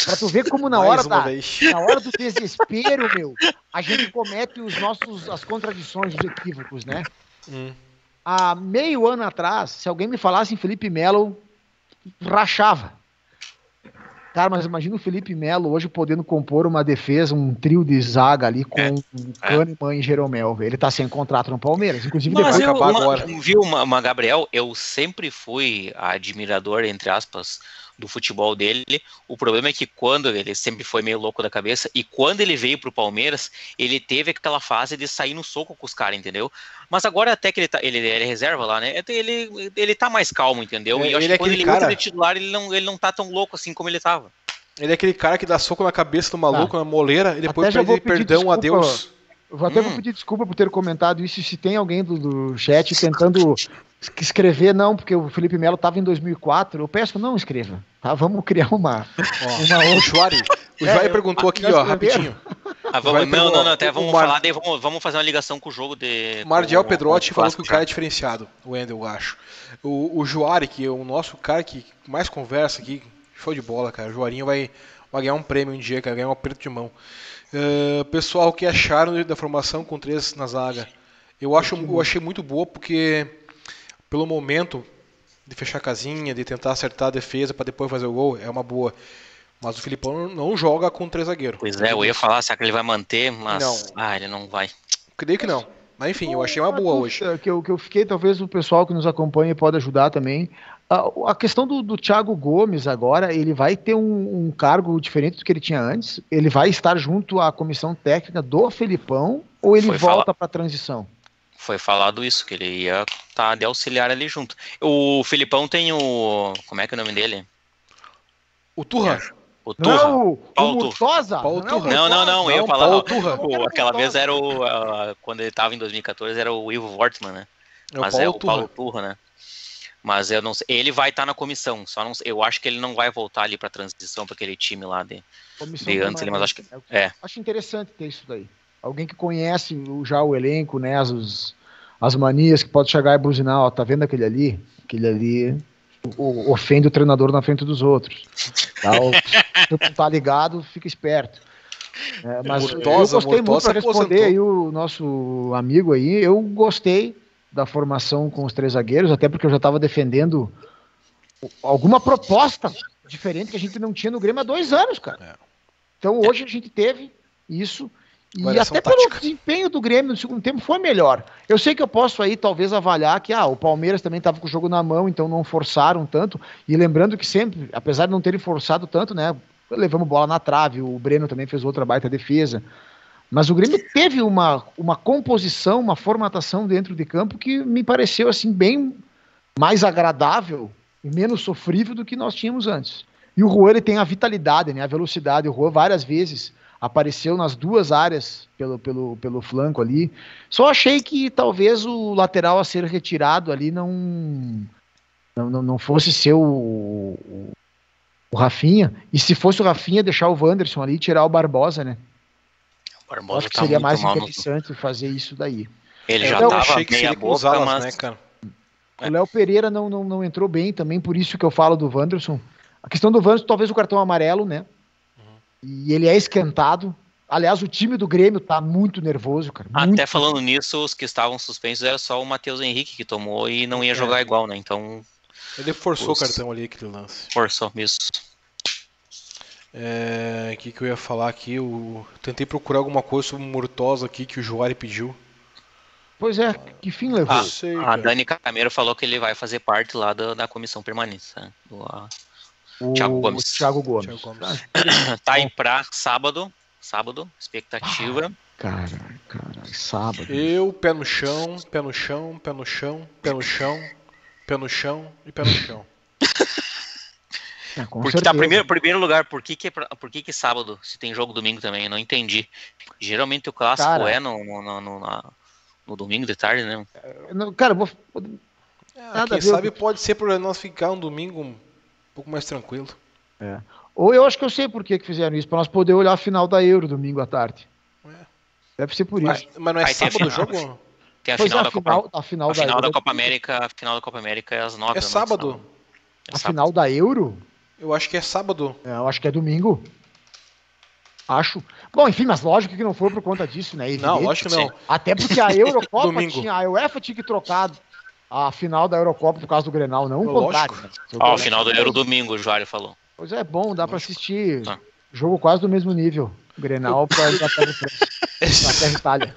Pra tu ver como na Mais hora, uma da, vez. na hora do desespero, meu, a gente comete os nossos, as contradições, os equívocos, né? Hum. Há meio ano atrás, se alguém me falasse em Felipe Melo, rachava. Cara, mas imagina o Felipe Melo hoje podendo compor uma defesa, um trio de zaga ali com É, Kahneman e Jeromel. Ele tá sem contrato no Palmeiras. Inclusive, Mas depois vai eu, acabar uma, agora. viu, uma, uma Gabriel, eu sempre fui admirador, entre aspas, do futebol dele. O problema é que quando ele sempre foi meio louco da cabeça, e quando ele veio pro Palmeiras, ele teve aquela fase de sair no soco com os caras, entendeu? Mas agora até que ele tá, ele, ele é reserva lá, né? Ele, ele tá mais calmo, entendeu? É, e eu acho ele é que quando aquele ele entra cara- de titular, ele não, ele não tá tão louco assim como ele tava. Ele é aquele cara que dá soco na cabeça do maluco, na moleira, e depois Até já vou pede pedir perdão, desculpa. adeus. Eu vou até Hum. vou pedir desculpa por ter comentado isso. Se tem alguém do, do chat tentando escrever, não, porque o Felipe Melo estava em dois mil e quatro, eu peço, não escreva. Tá? Vamos criar uma. Ó, Uma o outra. Juari, o É, Juari eu- perguntou aqui, já ó, escreveram? rapidinho. Ah, Vai vamos, não, pelo- não, não, até o vamos Mar- falar, daí vamos, vamos fazer uma ligação com o jogo de. O Mardial com- Pedrotti com falou que o clássico cara é já. diferenciado, o Wendel, eu acho. O, o Juari, que é o nosso cara que mais conversa aqui, show de bola, cara. O Juarinho vai, vai ganhar um prêmio um dia, cara, ganhar um aperto de mão. Uh, pessoal, o que acharam da formação com três na zaga? Eu, acho, eu achei muito boa porque, pelo momento de fechar a casinha, de tentar acertar a defesa para depois fazer o gol, é uma boa. Mas o Filipão não joga com três zagueiros. Pois é, eu ia falar, será que ele vai manter, mas. Não. Ah, ele não vai. Creio que não. Mas enfim, eu achei uma boa hoje. Que eu, que eu fiquei, talvez o pessoal que nos acompanha pode ajudar também. A, a questão do, do Thiago Gomes agora, ele vai ter um, um cargo diferente do que ele tinha antes? Ele vai estar junto à comissão técnica do Felipão ou ele Foi volta falar- para a transição? Foi falado isso, que ele ia estar de auxiliar ali junto. O Filipão tem o. Como é que é o nome dele? O Turra. O Não é Turra. o, o Paulo Murtosa? Paulo Não, é o Turra. Não, não, não, eu ia Não, falar. Paulo Turra. o- aquela vez era o. ah, quando ele tava em dois mil e quatorze era o Ivo Wortmann, né? É o Mas Paulo é o Turra. Paulo Turra, né? Mas eu não sei. Ele vai estar na comissão, só não sei- eu acho que ele não vai voltar ali pra transição para aquele time lá de, Comissão de antes, ali, mas acho que. permanente. É. Acho interessante ter isso daí. Alguém que conhece o- já o elenco, né? As, os- as manias, que pode chegar e buzinar, ó, tá vendo aquele ali? Aquele ali o- ofende o treinador na frente dos outros. Tá? O- Se tu não tá ligado, fica esperto. É, mas Murtosa, eu gostei muito Murtosa para responder aposentou. aí o nosso amigo aí. Eu gostei da formação com os três zagueiros, até porque eu já estava defendendo alguma proposta diferente que a gente não tinha no Grêmio há dois anos, cara. É. Então hoje a gente teve isso. E Variação até pelo tática. desempenho do Grêmio no segundo tempo foi melhor. Eu sei que eu posso aí talvez avaliar que ah, o Palmeiras também estava com o jogo na mão, então não forçaram tanto. E lembrando que sempre, apesar de não terem forçado tanto, né? Levamos bola na trave, o Breno também fez outra baita defesa. Mas o Grêmio teve uma, uma composição, uma formatação dentro de campo que me pareceu assim bem mais agradável e menos sofrível do que nós tínhamos antes. E o Juan ele tem a vitalidade, né, a velocidade. O Juan várias vezes apareceu nas duas áreas pelo, pelo, pelo flanco ali. Só achei que talvez o lateral a ser retirado ali não não, não, não fosse ser o, o, o Rafinha. E se fosse o Rafinha, deixar o Wanderson ali e tirar o Barbosa, né? O Eu Barbosa acho que tá seria muito mais mal no- interessante fazer isso daí. Ele É, já eu tava achei que meia seria com os boca, alas, mas. né, cara? É. O Léo Pereira não, não, não entrou bem também, por isso que eu falo do Wanderson. A questão do Wanderson, talvez o cartão amarelo, né? E ele é esquentado. Aliás, o time do Grêmio tá muito nervoso, cara. Até muito. falando nisso, os que estavam suspensos era só o Matheus Henrique que tomou e não ia É. jogar igual, né? Então Ele forçou Os- o cartão ali, aquele lance. forçou isso. É, o que, que eu ia falar aqui? Eu tentei procurar alguma coisa sobre o Murtosa aqui que o Juari pediu. Pois é, que fim levou? Ah, Não sei, A cara. Dani Cameiro falou que ele vai fazer parte lá da, da comissão permanente. Né? Do, a- o Thiago Gomes. Thiago Gomes. Thiago Gomes. Ah, tá aí pra sábado. Sábado, expectativa. Caralho, caralho, sábado. Eu, pé no chão, pé no chão, pé no chão, pé no chão, pé no chão e pé no chão. É, com Porque certeza. tá primeiro, primeiro lugar, por que que, é pra- por que que sábado, se tem jogo domingo também? Eu não entendi. Geralmente o clássico Cara. é no, no, no, no- na- no domingo de tarde, né? Não, cara, eu vou. Ah, Nada a quem ver, sabe eu- pode ser para nós ficar um domingo um pouco mais tranquilo. Ou eu acho que eu sei por que, que fizeram isso, pra nós poder olhar a final da Euro domingo à tarde. É. Deve ser por Mas, isso. mas não é Aí tem a sábado o final. jogo? Tem a Pois final é, da a final, Copa, a final a final da da Euro. Copa América, a final da Copa América é às nove É da noite. sábado? sábado. É A sábado. final da Euro? Eu acho que é sábado. É, eu acho que é domingo. Acho. Bom, enfim, mas lógico que não foi por conta disso, né? Evidente. Não, lógico que não. Até porque a Eurocopa Domingo. tinha, a UEFA tinha que trocar a final da Eurocopa por causa do Grenal, não o Lógico. contrário. Né? Ó, o final do Euro domingo, o Joário falou. Pois é, bom, dá pra assistir Tá. jogo quase do mesmo nível. Grenal pra Inglaterra e França. Inglaterra e Itália.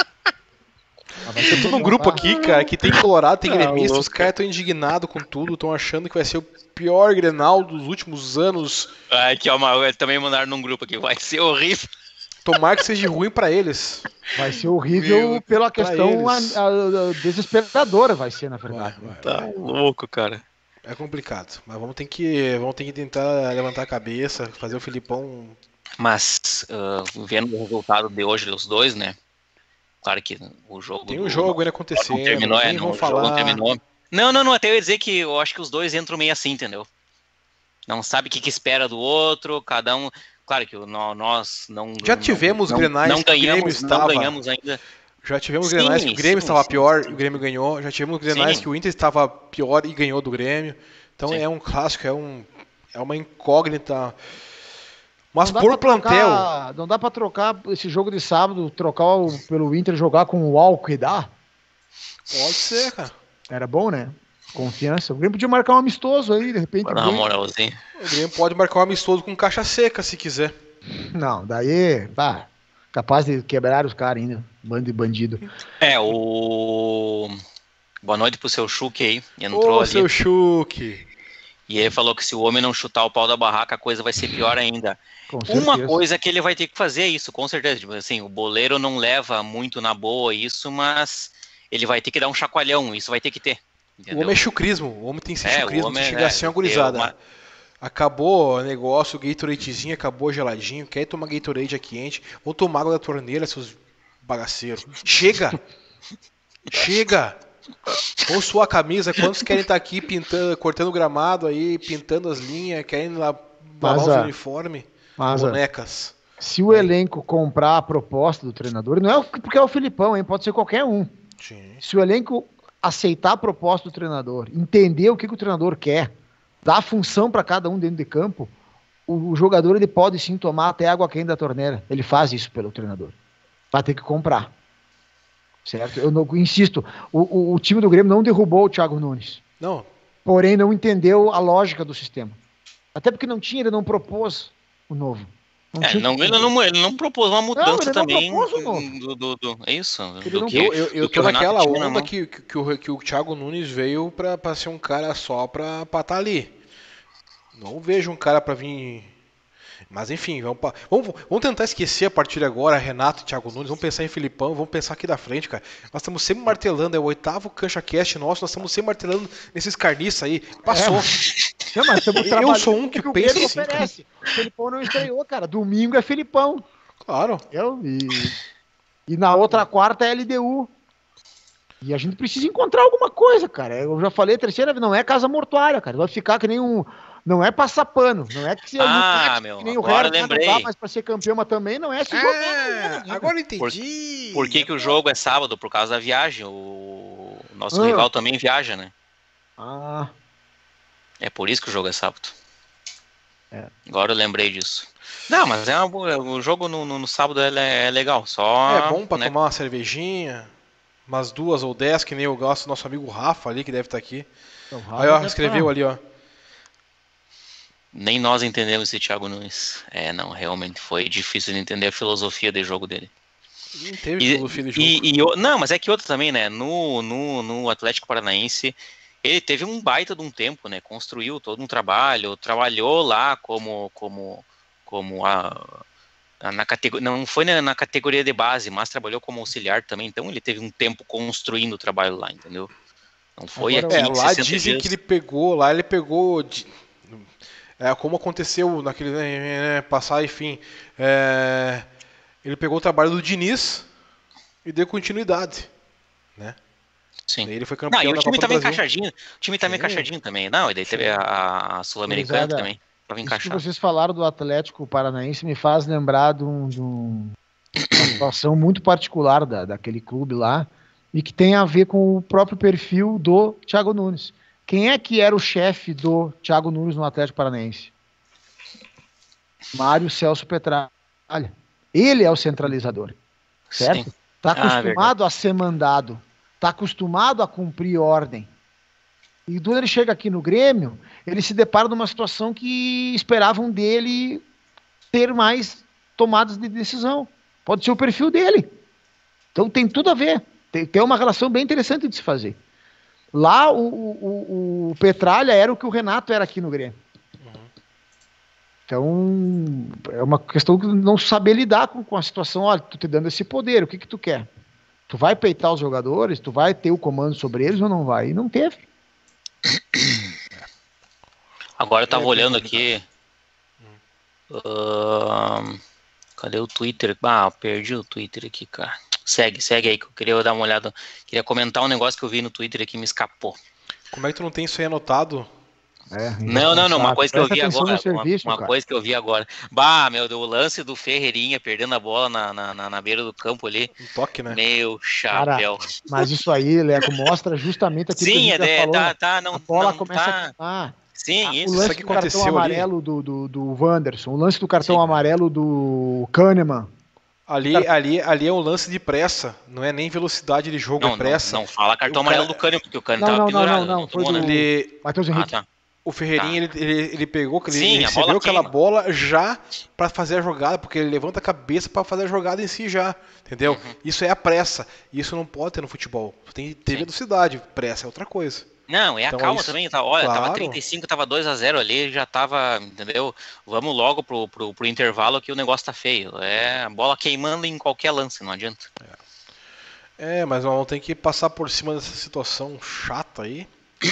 Tem todo um grupo aqui, cara, que tem Colorado, tem Ah, gremista, louco. os caras estão indignados com tudo, estão achando que vai ser o pior Grenal dos últimos anos. Ah, aqui, ó, uma, também mandaram num grupo aqui, vai ser horrível. Tomara que seja ruim pra eles. Vai ser horrível Meu, pela questão a, eles. a- a desesperadora, vai ser, na verdade. Vai, vai. Tá louco, cara. É complicado, mas vamos ter que, vamos ter que tentar levantar a cabeça, fazer o Filipão. Mas, ah, vendo o resultado de hoje dos dois, né? Claro que o jogo. Tem do- um jogo ainda acontecendo, não terminou, é, nem não, vamos o jogo não falar. terminou. Não, não, não, até eu ia dizer que eu acho que os dois entram meio assim, entendeu? Não sabe o que, que espera do outro, cada um. Claro que o- nó- nós não. Já não- tivemos não, Grenais não que o Grêmio ganhamos, não estava- ganhamos ainda. Já tivemos Sim, Grenais que o Grêmio sim, estava sim, pior sim. e o Grêmio ganhou. Já tivemos Grenais Sim. que o Inter estava pior e ganhou do Grêmio. Então Sim. é um clássico, é, um, é uma incógnita. Mas Não dá por pra plantel. trocar- não dá pra trocar esse jogo de sábado, trocar o- pelo Inter jogar com o Alquedá? Pode ser, cara. Era bom, né? Confiança. O Grêmio podia marcar um amistoso aí, de repente. Pra dar uma ganha. moralzinha. O Grêmio pode marcar um amistoso com caixa seca, se quiser. Não, daí, pá, capaz de quebrar os caras ainda. Bando de bandido. É, o. Boa noite pro seu Chuque aí. Entrou Ô, ali. seu Chuque. E ele falou que se o homem não chutar o pau da barraca, a coisa vai ser pior ainda. Com Uma certeza. coisa que ele vai ter que fazer é isso, com certeza. Tipo assim, o boleiro não leva muito na boa isso, mas ele vai ter que dar um chacoalhão, isso vai ter que ter. O Entendeu? homem é chucrismo. O homem tem que ser É, o chucrismo, homem tem que é- chegar assim, é, uma gurizada. tem uma- Acabou o negócio, o Gatoradezinho acabou geladinho. Quer tomar Gatorade quente? Ou tomar água da torneira, seus bagaceiros. Chega! Chega! Ou sua camisa, quantos querem estar aqui pintando, cortando o gramado aí, pintando as linhas, querem lá lavar Mas, os ah, uniformes, Mas, ó, bonecas. se o elenco comprar a proposta do treinador, não é porque é o Filipão, hein? Pode ser qualquer um. Sim. Se o elenco aceitar a proposta do treinador, entender o que, que o treinador quer, dar função para cada um dentro de campo, o, o jogador ele pode sim tomar até água quente da torneira. Ele faz isso pelo treinador. Vai ter que comprar. Certo? Eu não, insisto, o, o, o time do Grêmio não derrubou o Thiago Nunes. Não, Porém, não entendeu a lógica do sistema. Até porque não tinha, ele não propôs o novo. Não É, tinha não, que- ele, não, ele não propôs uma mudança ele não também propôs o novo. do, do, do- é isso? Ele Do não- que, eu, eu, eu do que tô o Renato naquela tinha na onda mão. que, que, que, o, que o Thiago Nunes veio pra, pra ser um cara só pra estar ali. Não vejo um cara pra vir. Mas enfim, vamos, pa- vamos, vamos tentar esquecer a partir de agora Renato e Thiago Nunes, vamos pensar em Filipão, vamos pensar aqui da frente, cara. Nós estamos sempre martelando, é o oitavo CanchaCast nosso, nós estamos sempre martelando nesses carniças aí. Passou. Não, mas estamos Eu trabalhando sou um que com o pensa Grêmio assim, cara. oferece. O Felipão não estreou, cara. Domingo é Felipão. Claro. Entendeu? E, e na outra quarta é L D U. E a gente precisa encontrar alguma coisa, cara. Eu já falei, a terceira vez, não é casa mortuária, cara. Vai ficar que nem um. Não é passar pano. Não é que se Ah, não é meu, que nem o agora Hertha não lembrei. dá mais pra ser campeão, mas também não é se jogar. Ah, né? agora eu entendi. Por que, que o jogo é sábado? Por causa da viagem. O nosso Ah. rival também viaja, né? Ah, É por isso que o jogo é sábado. É. Agora eu lembrei disso. Não, mas é uma boa, o jogo no, no, no sábado ele é, é legal. Só, É bom pra né? tomar uma cervejinha, umas duas ou dez, que nem eu gosto, nosso amigo Rafa ali, que deve estar aqui. então, Aí, ó, já escreveu tá. ali, ó. Nem nós entendemos esse Thiago Nunes. É, não, realmente foi difícil de entender a filosofia de jogo dele. Não teve E, filosofia de jogo. e, e o- não, mas é que outro também, né? No, no, no Atlético Paranaense, ele teve um baita de um tempo, né? Construiu todo um trabalho, trabalhou lá como, como, como a, a- na categoria, não foi na, na categoria de base, mas trabalhou como auxiliar também. Então ele teve um tempo construindo o trabalho lá, entendeu? Não foi Agora, aqui É, em lá sessenta dizem dias. que ele pegou, lá ele pegou, de- é, como aconteceu naquele, né, passar, enfim, é, ele pegou o trabalho do Diniz e deu continuidade, né? Sim. Daí ele foi Não, campeão e o da time Copa do também Brasil. encaixadinho. O time também Sim. encaixadinho também. Não, e daí teve a, a Sul-Americana Gurizada, também. Tava Isso que encaixado. vocês falaram do Atlético Paranaense me faz lembrar de, um- de um- uma situação muito particular da, daquele clube lá e que tem a ver com o próprio perfil do Thiago Nunes. Quem é que era o chefe do Thiago Nunes no Atlético Paranaense? Mário Celso Petralha. Olha, ele é o centralizador, certo? Sim. Tá Ah, acostumado a ser mandado, tá acostumado a cumprir ordem. E quando ele chega aqui no Grêmio, ele se depara numa situação que esperavam dele ter mais tomadas de decisão. Pode ser o perfil dele. Então tem tudo a ver. Tem, tem uma relação bem interessante de se fazer. Lá o, o, o Petralha era o que o Renato era aqui no Grêmio. Uhum. Então é uma questão de não saber lidar com, com a situação. Olha, tu te dando esse poder, o que que tu quer? Tu vai peitar os jogadores? Tu vai ter o comando sobre eles ou não vai? E não teve. Agora eu tava é, olhando aqui. Uh, cadê o Twitter? Ah, perdi o Twitter aqui, cara. Segue, segue aí que eu queria dar uma olhada. Queria comentar um negócio que eu vi no Twitter aqui e me escapou. Como é que tu não tem isso aí anotado? É, não, não, não, uma coisa que eu vi agora. Serviço, uma uma coisa que eu vi agora. Bah, meu Deus, o lance do Ferreirinha perdendo a bola na, na, na, na beira do campo ali. Um toque, né? Meu chapéu. Cara, mas isso aí, Leco, mostra justamente aquilo Sim, que a gente é, já falou. Tá, tá, não, a bola não, começa tá. a queimar. Sim, ah, isso. O lance que do cartão amarelo do, do, do Wanderson, o lance do cartão Sim. amarelo do Kahneman. Ali, cara... ali, ali é um lance de pressa, não é nem velocidade de jogo, não, é pressa. Não, não fala cartão o amarelo cara... do Kahneman, porque o Kahneman não, tava não, pendurado. Não, não, não, foi do... ele... Matheus Henrique. Ah, tá. O Ferreirinha, tá. ele, ele, ele pegou, ele, Sim, ele recebeu aquela queima. bola já para fazer a jogada, porque ele levanta a cabeça para fazer a jogada em si já, entendeu? Uhum. Isso é a pressa, isso não pode ter no futebol. Tem que ter Sim. velocidade, pressa é outra coisa. Não, é a então, calma isso, também, tá? Olha, claro. Tava trinta e cinco, tava dois a zero ali, já tava, entendeu? Vamos logo pro, pro, pro intervalo que o negócio tá feio. É a bola queimando em qualquer lance, não adianta. É, é mas vamos ter que passar por cima dessa situação chata aí.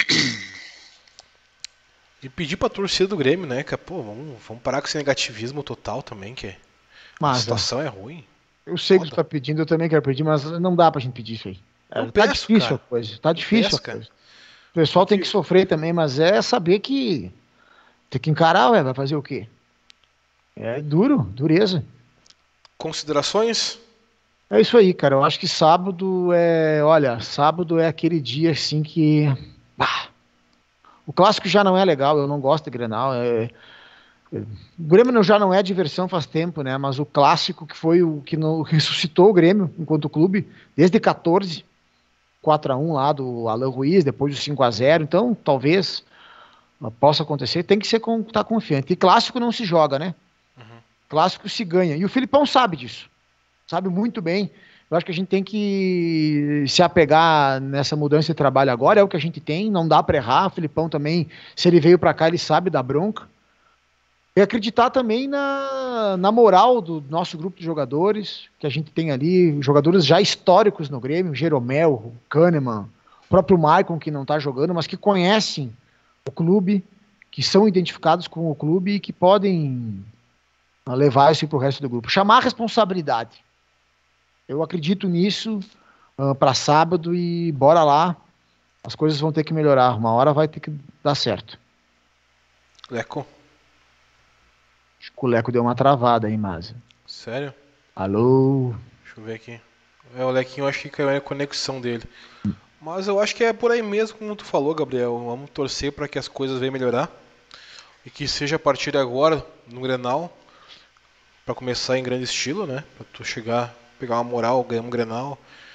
E pedir pra torcida do Grêmio, né, que pô, vamos, vamos parar com esse negativismo total também, que mas, a situação é, é ruim. Eu sei Foda. que tu tá pedindo, eu também quero pedir, mas não dá pra gente pedir isso aí. É, tá peço, difícil cara. a coisa, tá difícil peço, a coisa. O pessoal Porque... tem que sofrer também, mas é saber que tem que encarar, ué, vai fazer o quê? É duro, dureza. Considerações? É isso aí, cara, eu acho que sábado é, olha, sábado é aquele dia assim que... Bah, o clássico já não é legal, eu não gosto de Grenal. É... O Grêmio já não é diversão faz tempo, né? Mas o clássico que foi o que não... ressuscitou o Grêmio enquanto clube, desde quatorze, quatro a um lá do Alan Ruiz, depois do cinco a zero. Então, talvez possa acontecer. Tem que ser com... tá confiante. E clássico não se joga, né? Uhum. Clássico se ganha. E o Filipão sabe disso. Sabe muito bem. Eu acho que a gente tem que se apegar nessa mudança de trabalho agora, é o que a gente tem, não dá para errar. O Filipão também, se ele veio para cá, ele sabe da bronca. E acreditar também na, na moral do nosso grupo de jogadores, que a gente tem ali, jogadores já históricos no Grêmio, Jeromel, o Kahneman, o próprio Maicon, que não está jogando, mas que conhecem o clube, que são identificados com o clube e que podem levar isso para o resto do grupo. Chamar a responsabilidade. Eu acredito nisso uh, para sábado e bora lá. As coisas vão ter que melhorar. Uma hora vai ter que dar certo. Leco? Acho que o Leco deu uma travada aí, Maza. Sério? Alô? Deixa eu ver aqui. É, o Lequinho, acho que caiu a conexão dele. Mas eu acho que é por aí mesmo, como tu falou, Gabriel. Vamos torcer para que as coisas venham melhorar. E que seja a partir de agora, no Grenal, para começar em grande estilo, né? Para tu chegar... pegar uma moral, ganhar um Grenal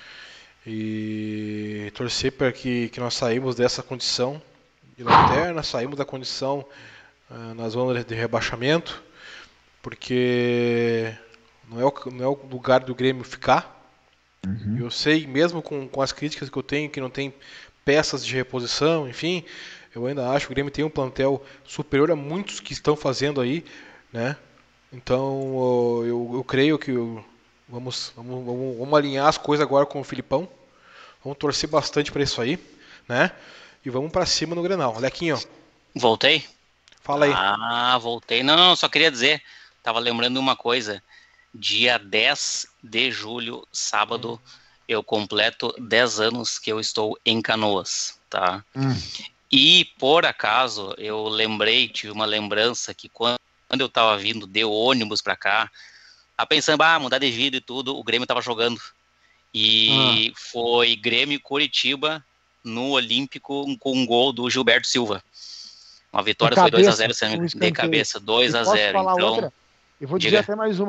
e torcer para que, que nós saímos dessa condição de lanterna, saímos da condição uh, na zona de rebaixamento, porque não é o, não é o lugar do Grêmio ficar. Uhum. Eu sei, mesmo com, com as críticas que eu tenho, que não tem peças de reposição, enfim, eu ainda acho que o Grêmio tem um plantel superior a muitos que estão fazendo aí, né? Então eu, eu creio que eu, Vamos, vamos, vamos, vamos alinhar as coisas agora com o Filipão. Vamos torcer bastante para isso aí, né? E vamos para cima no Grenal. Lequinho. Voltei? Fala aí. Ah, voltei. Não, não, só queria dizer. Tava lembrando uma coisa. Dia dez de julho, sábado, hum. eu completo dez anos que eu estou em Canoas, tá? Hum. E, por acaso, eu lembrei, tive uma lembrança que quando eu tava vindo de ônibus para cá, a pensando, ah, mudar de vida e tudo, o Grêmio tava jogando. E ah. foi Grêmio e Coritiba no Olímpico com um gol do Gilberto Silva. Uma vitória, foi dois a zero, de cabeça, dois a zero. Então, outra? Eu vou dizer diga. até mais uma.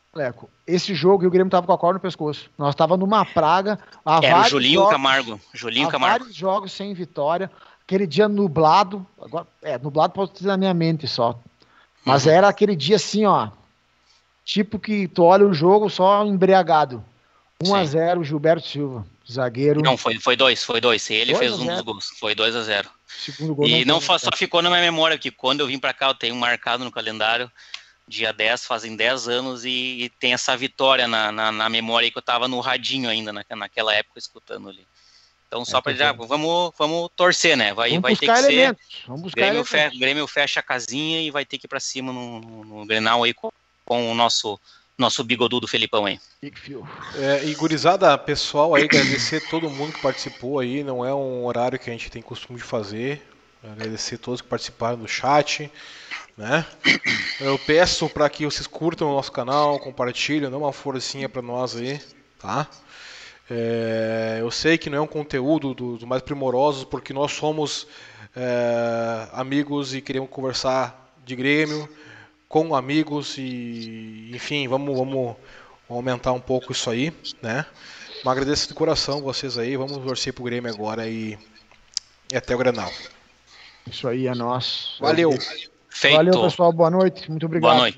Leco, esse jogo e o Grêmio tava com a corda no pescoço. Nós tava numa praga. Há Era o vários Julinho jogos, Camargo. Julinho há Camargo. vários jogos sem vitória. Aquele dia nublado. Agora, é, nublado pode ter na minha mente só. Mas Uhum. era aquele dia assim, ó. Tipo que tu olha o jogo só embriagado. um a zero Gilberto Silva, zagueiro. Não, foi, foi dois, foi dois. Ele dois fez a um dos zero. gols. Foi dois a zero. Segundo gol E não, não foi só ficou na minha memória, que quando eu vim pra cá, eu tenho marcado no calendário, dia dez, fazem dez anos, e, e tem essa vitória na, na, na memória, que eu tava no radinho ainda, na, naquela época, escutando ali. Então, só É, para tô já, vendo. vamos, vamos torcer, né? Vai, Vamos vai ter buscar que ser. elementos. Vamos buscar Grêmio, elementos. fe, Grêmio fecha a casinha e vai ter que ir pra cima no, no, no Grenal aí com, com o nosso, nosso bigodudo Felipão aí. Big Phil. É, e gurizada, pessoal aí, agradecer todo mundo que participou aí, não é um horário que a gente tem costume de fazer. Agradecer todos que participaram do chat, né? Eu peço para que vocês curtam o nosso canal, compartilhem, dê uma forcinha para nós aí, tá? É, eu sei que não é um conteúdo dos do mais primorosos, porque nós somos é, amigos e queremos conversar de Grêmio com amigos e, enfim, vamos, vamos aumentar um pouco isso aí, né? Mas agradeço de coração vocês aí, vamos torcer pro Grêmio agora e, e até o Grenal. Isso aí é nós. Valeu! Feito. Valeu, pessoal. Boa noite. Muito obrigado. Boa noite.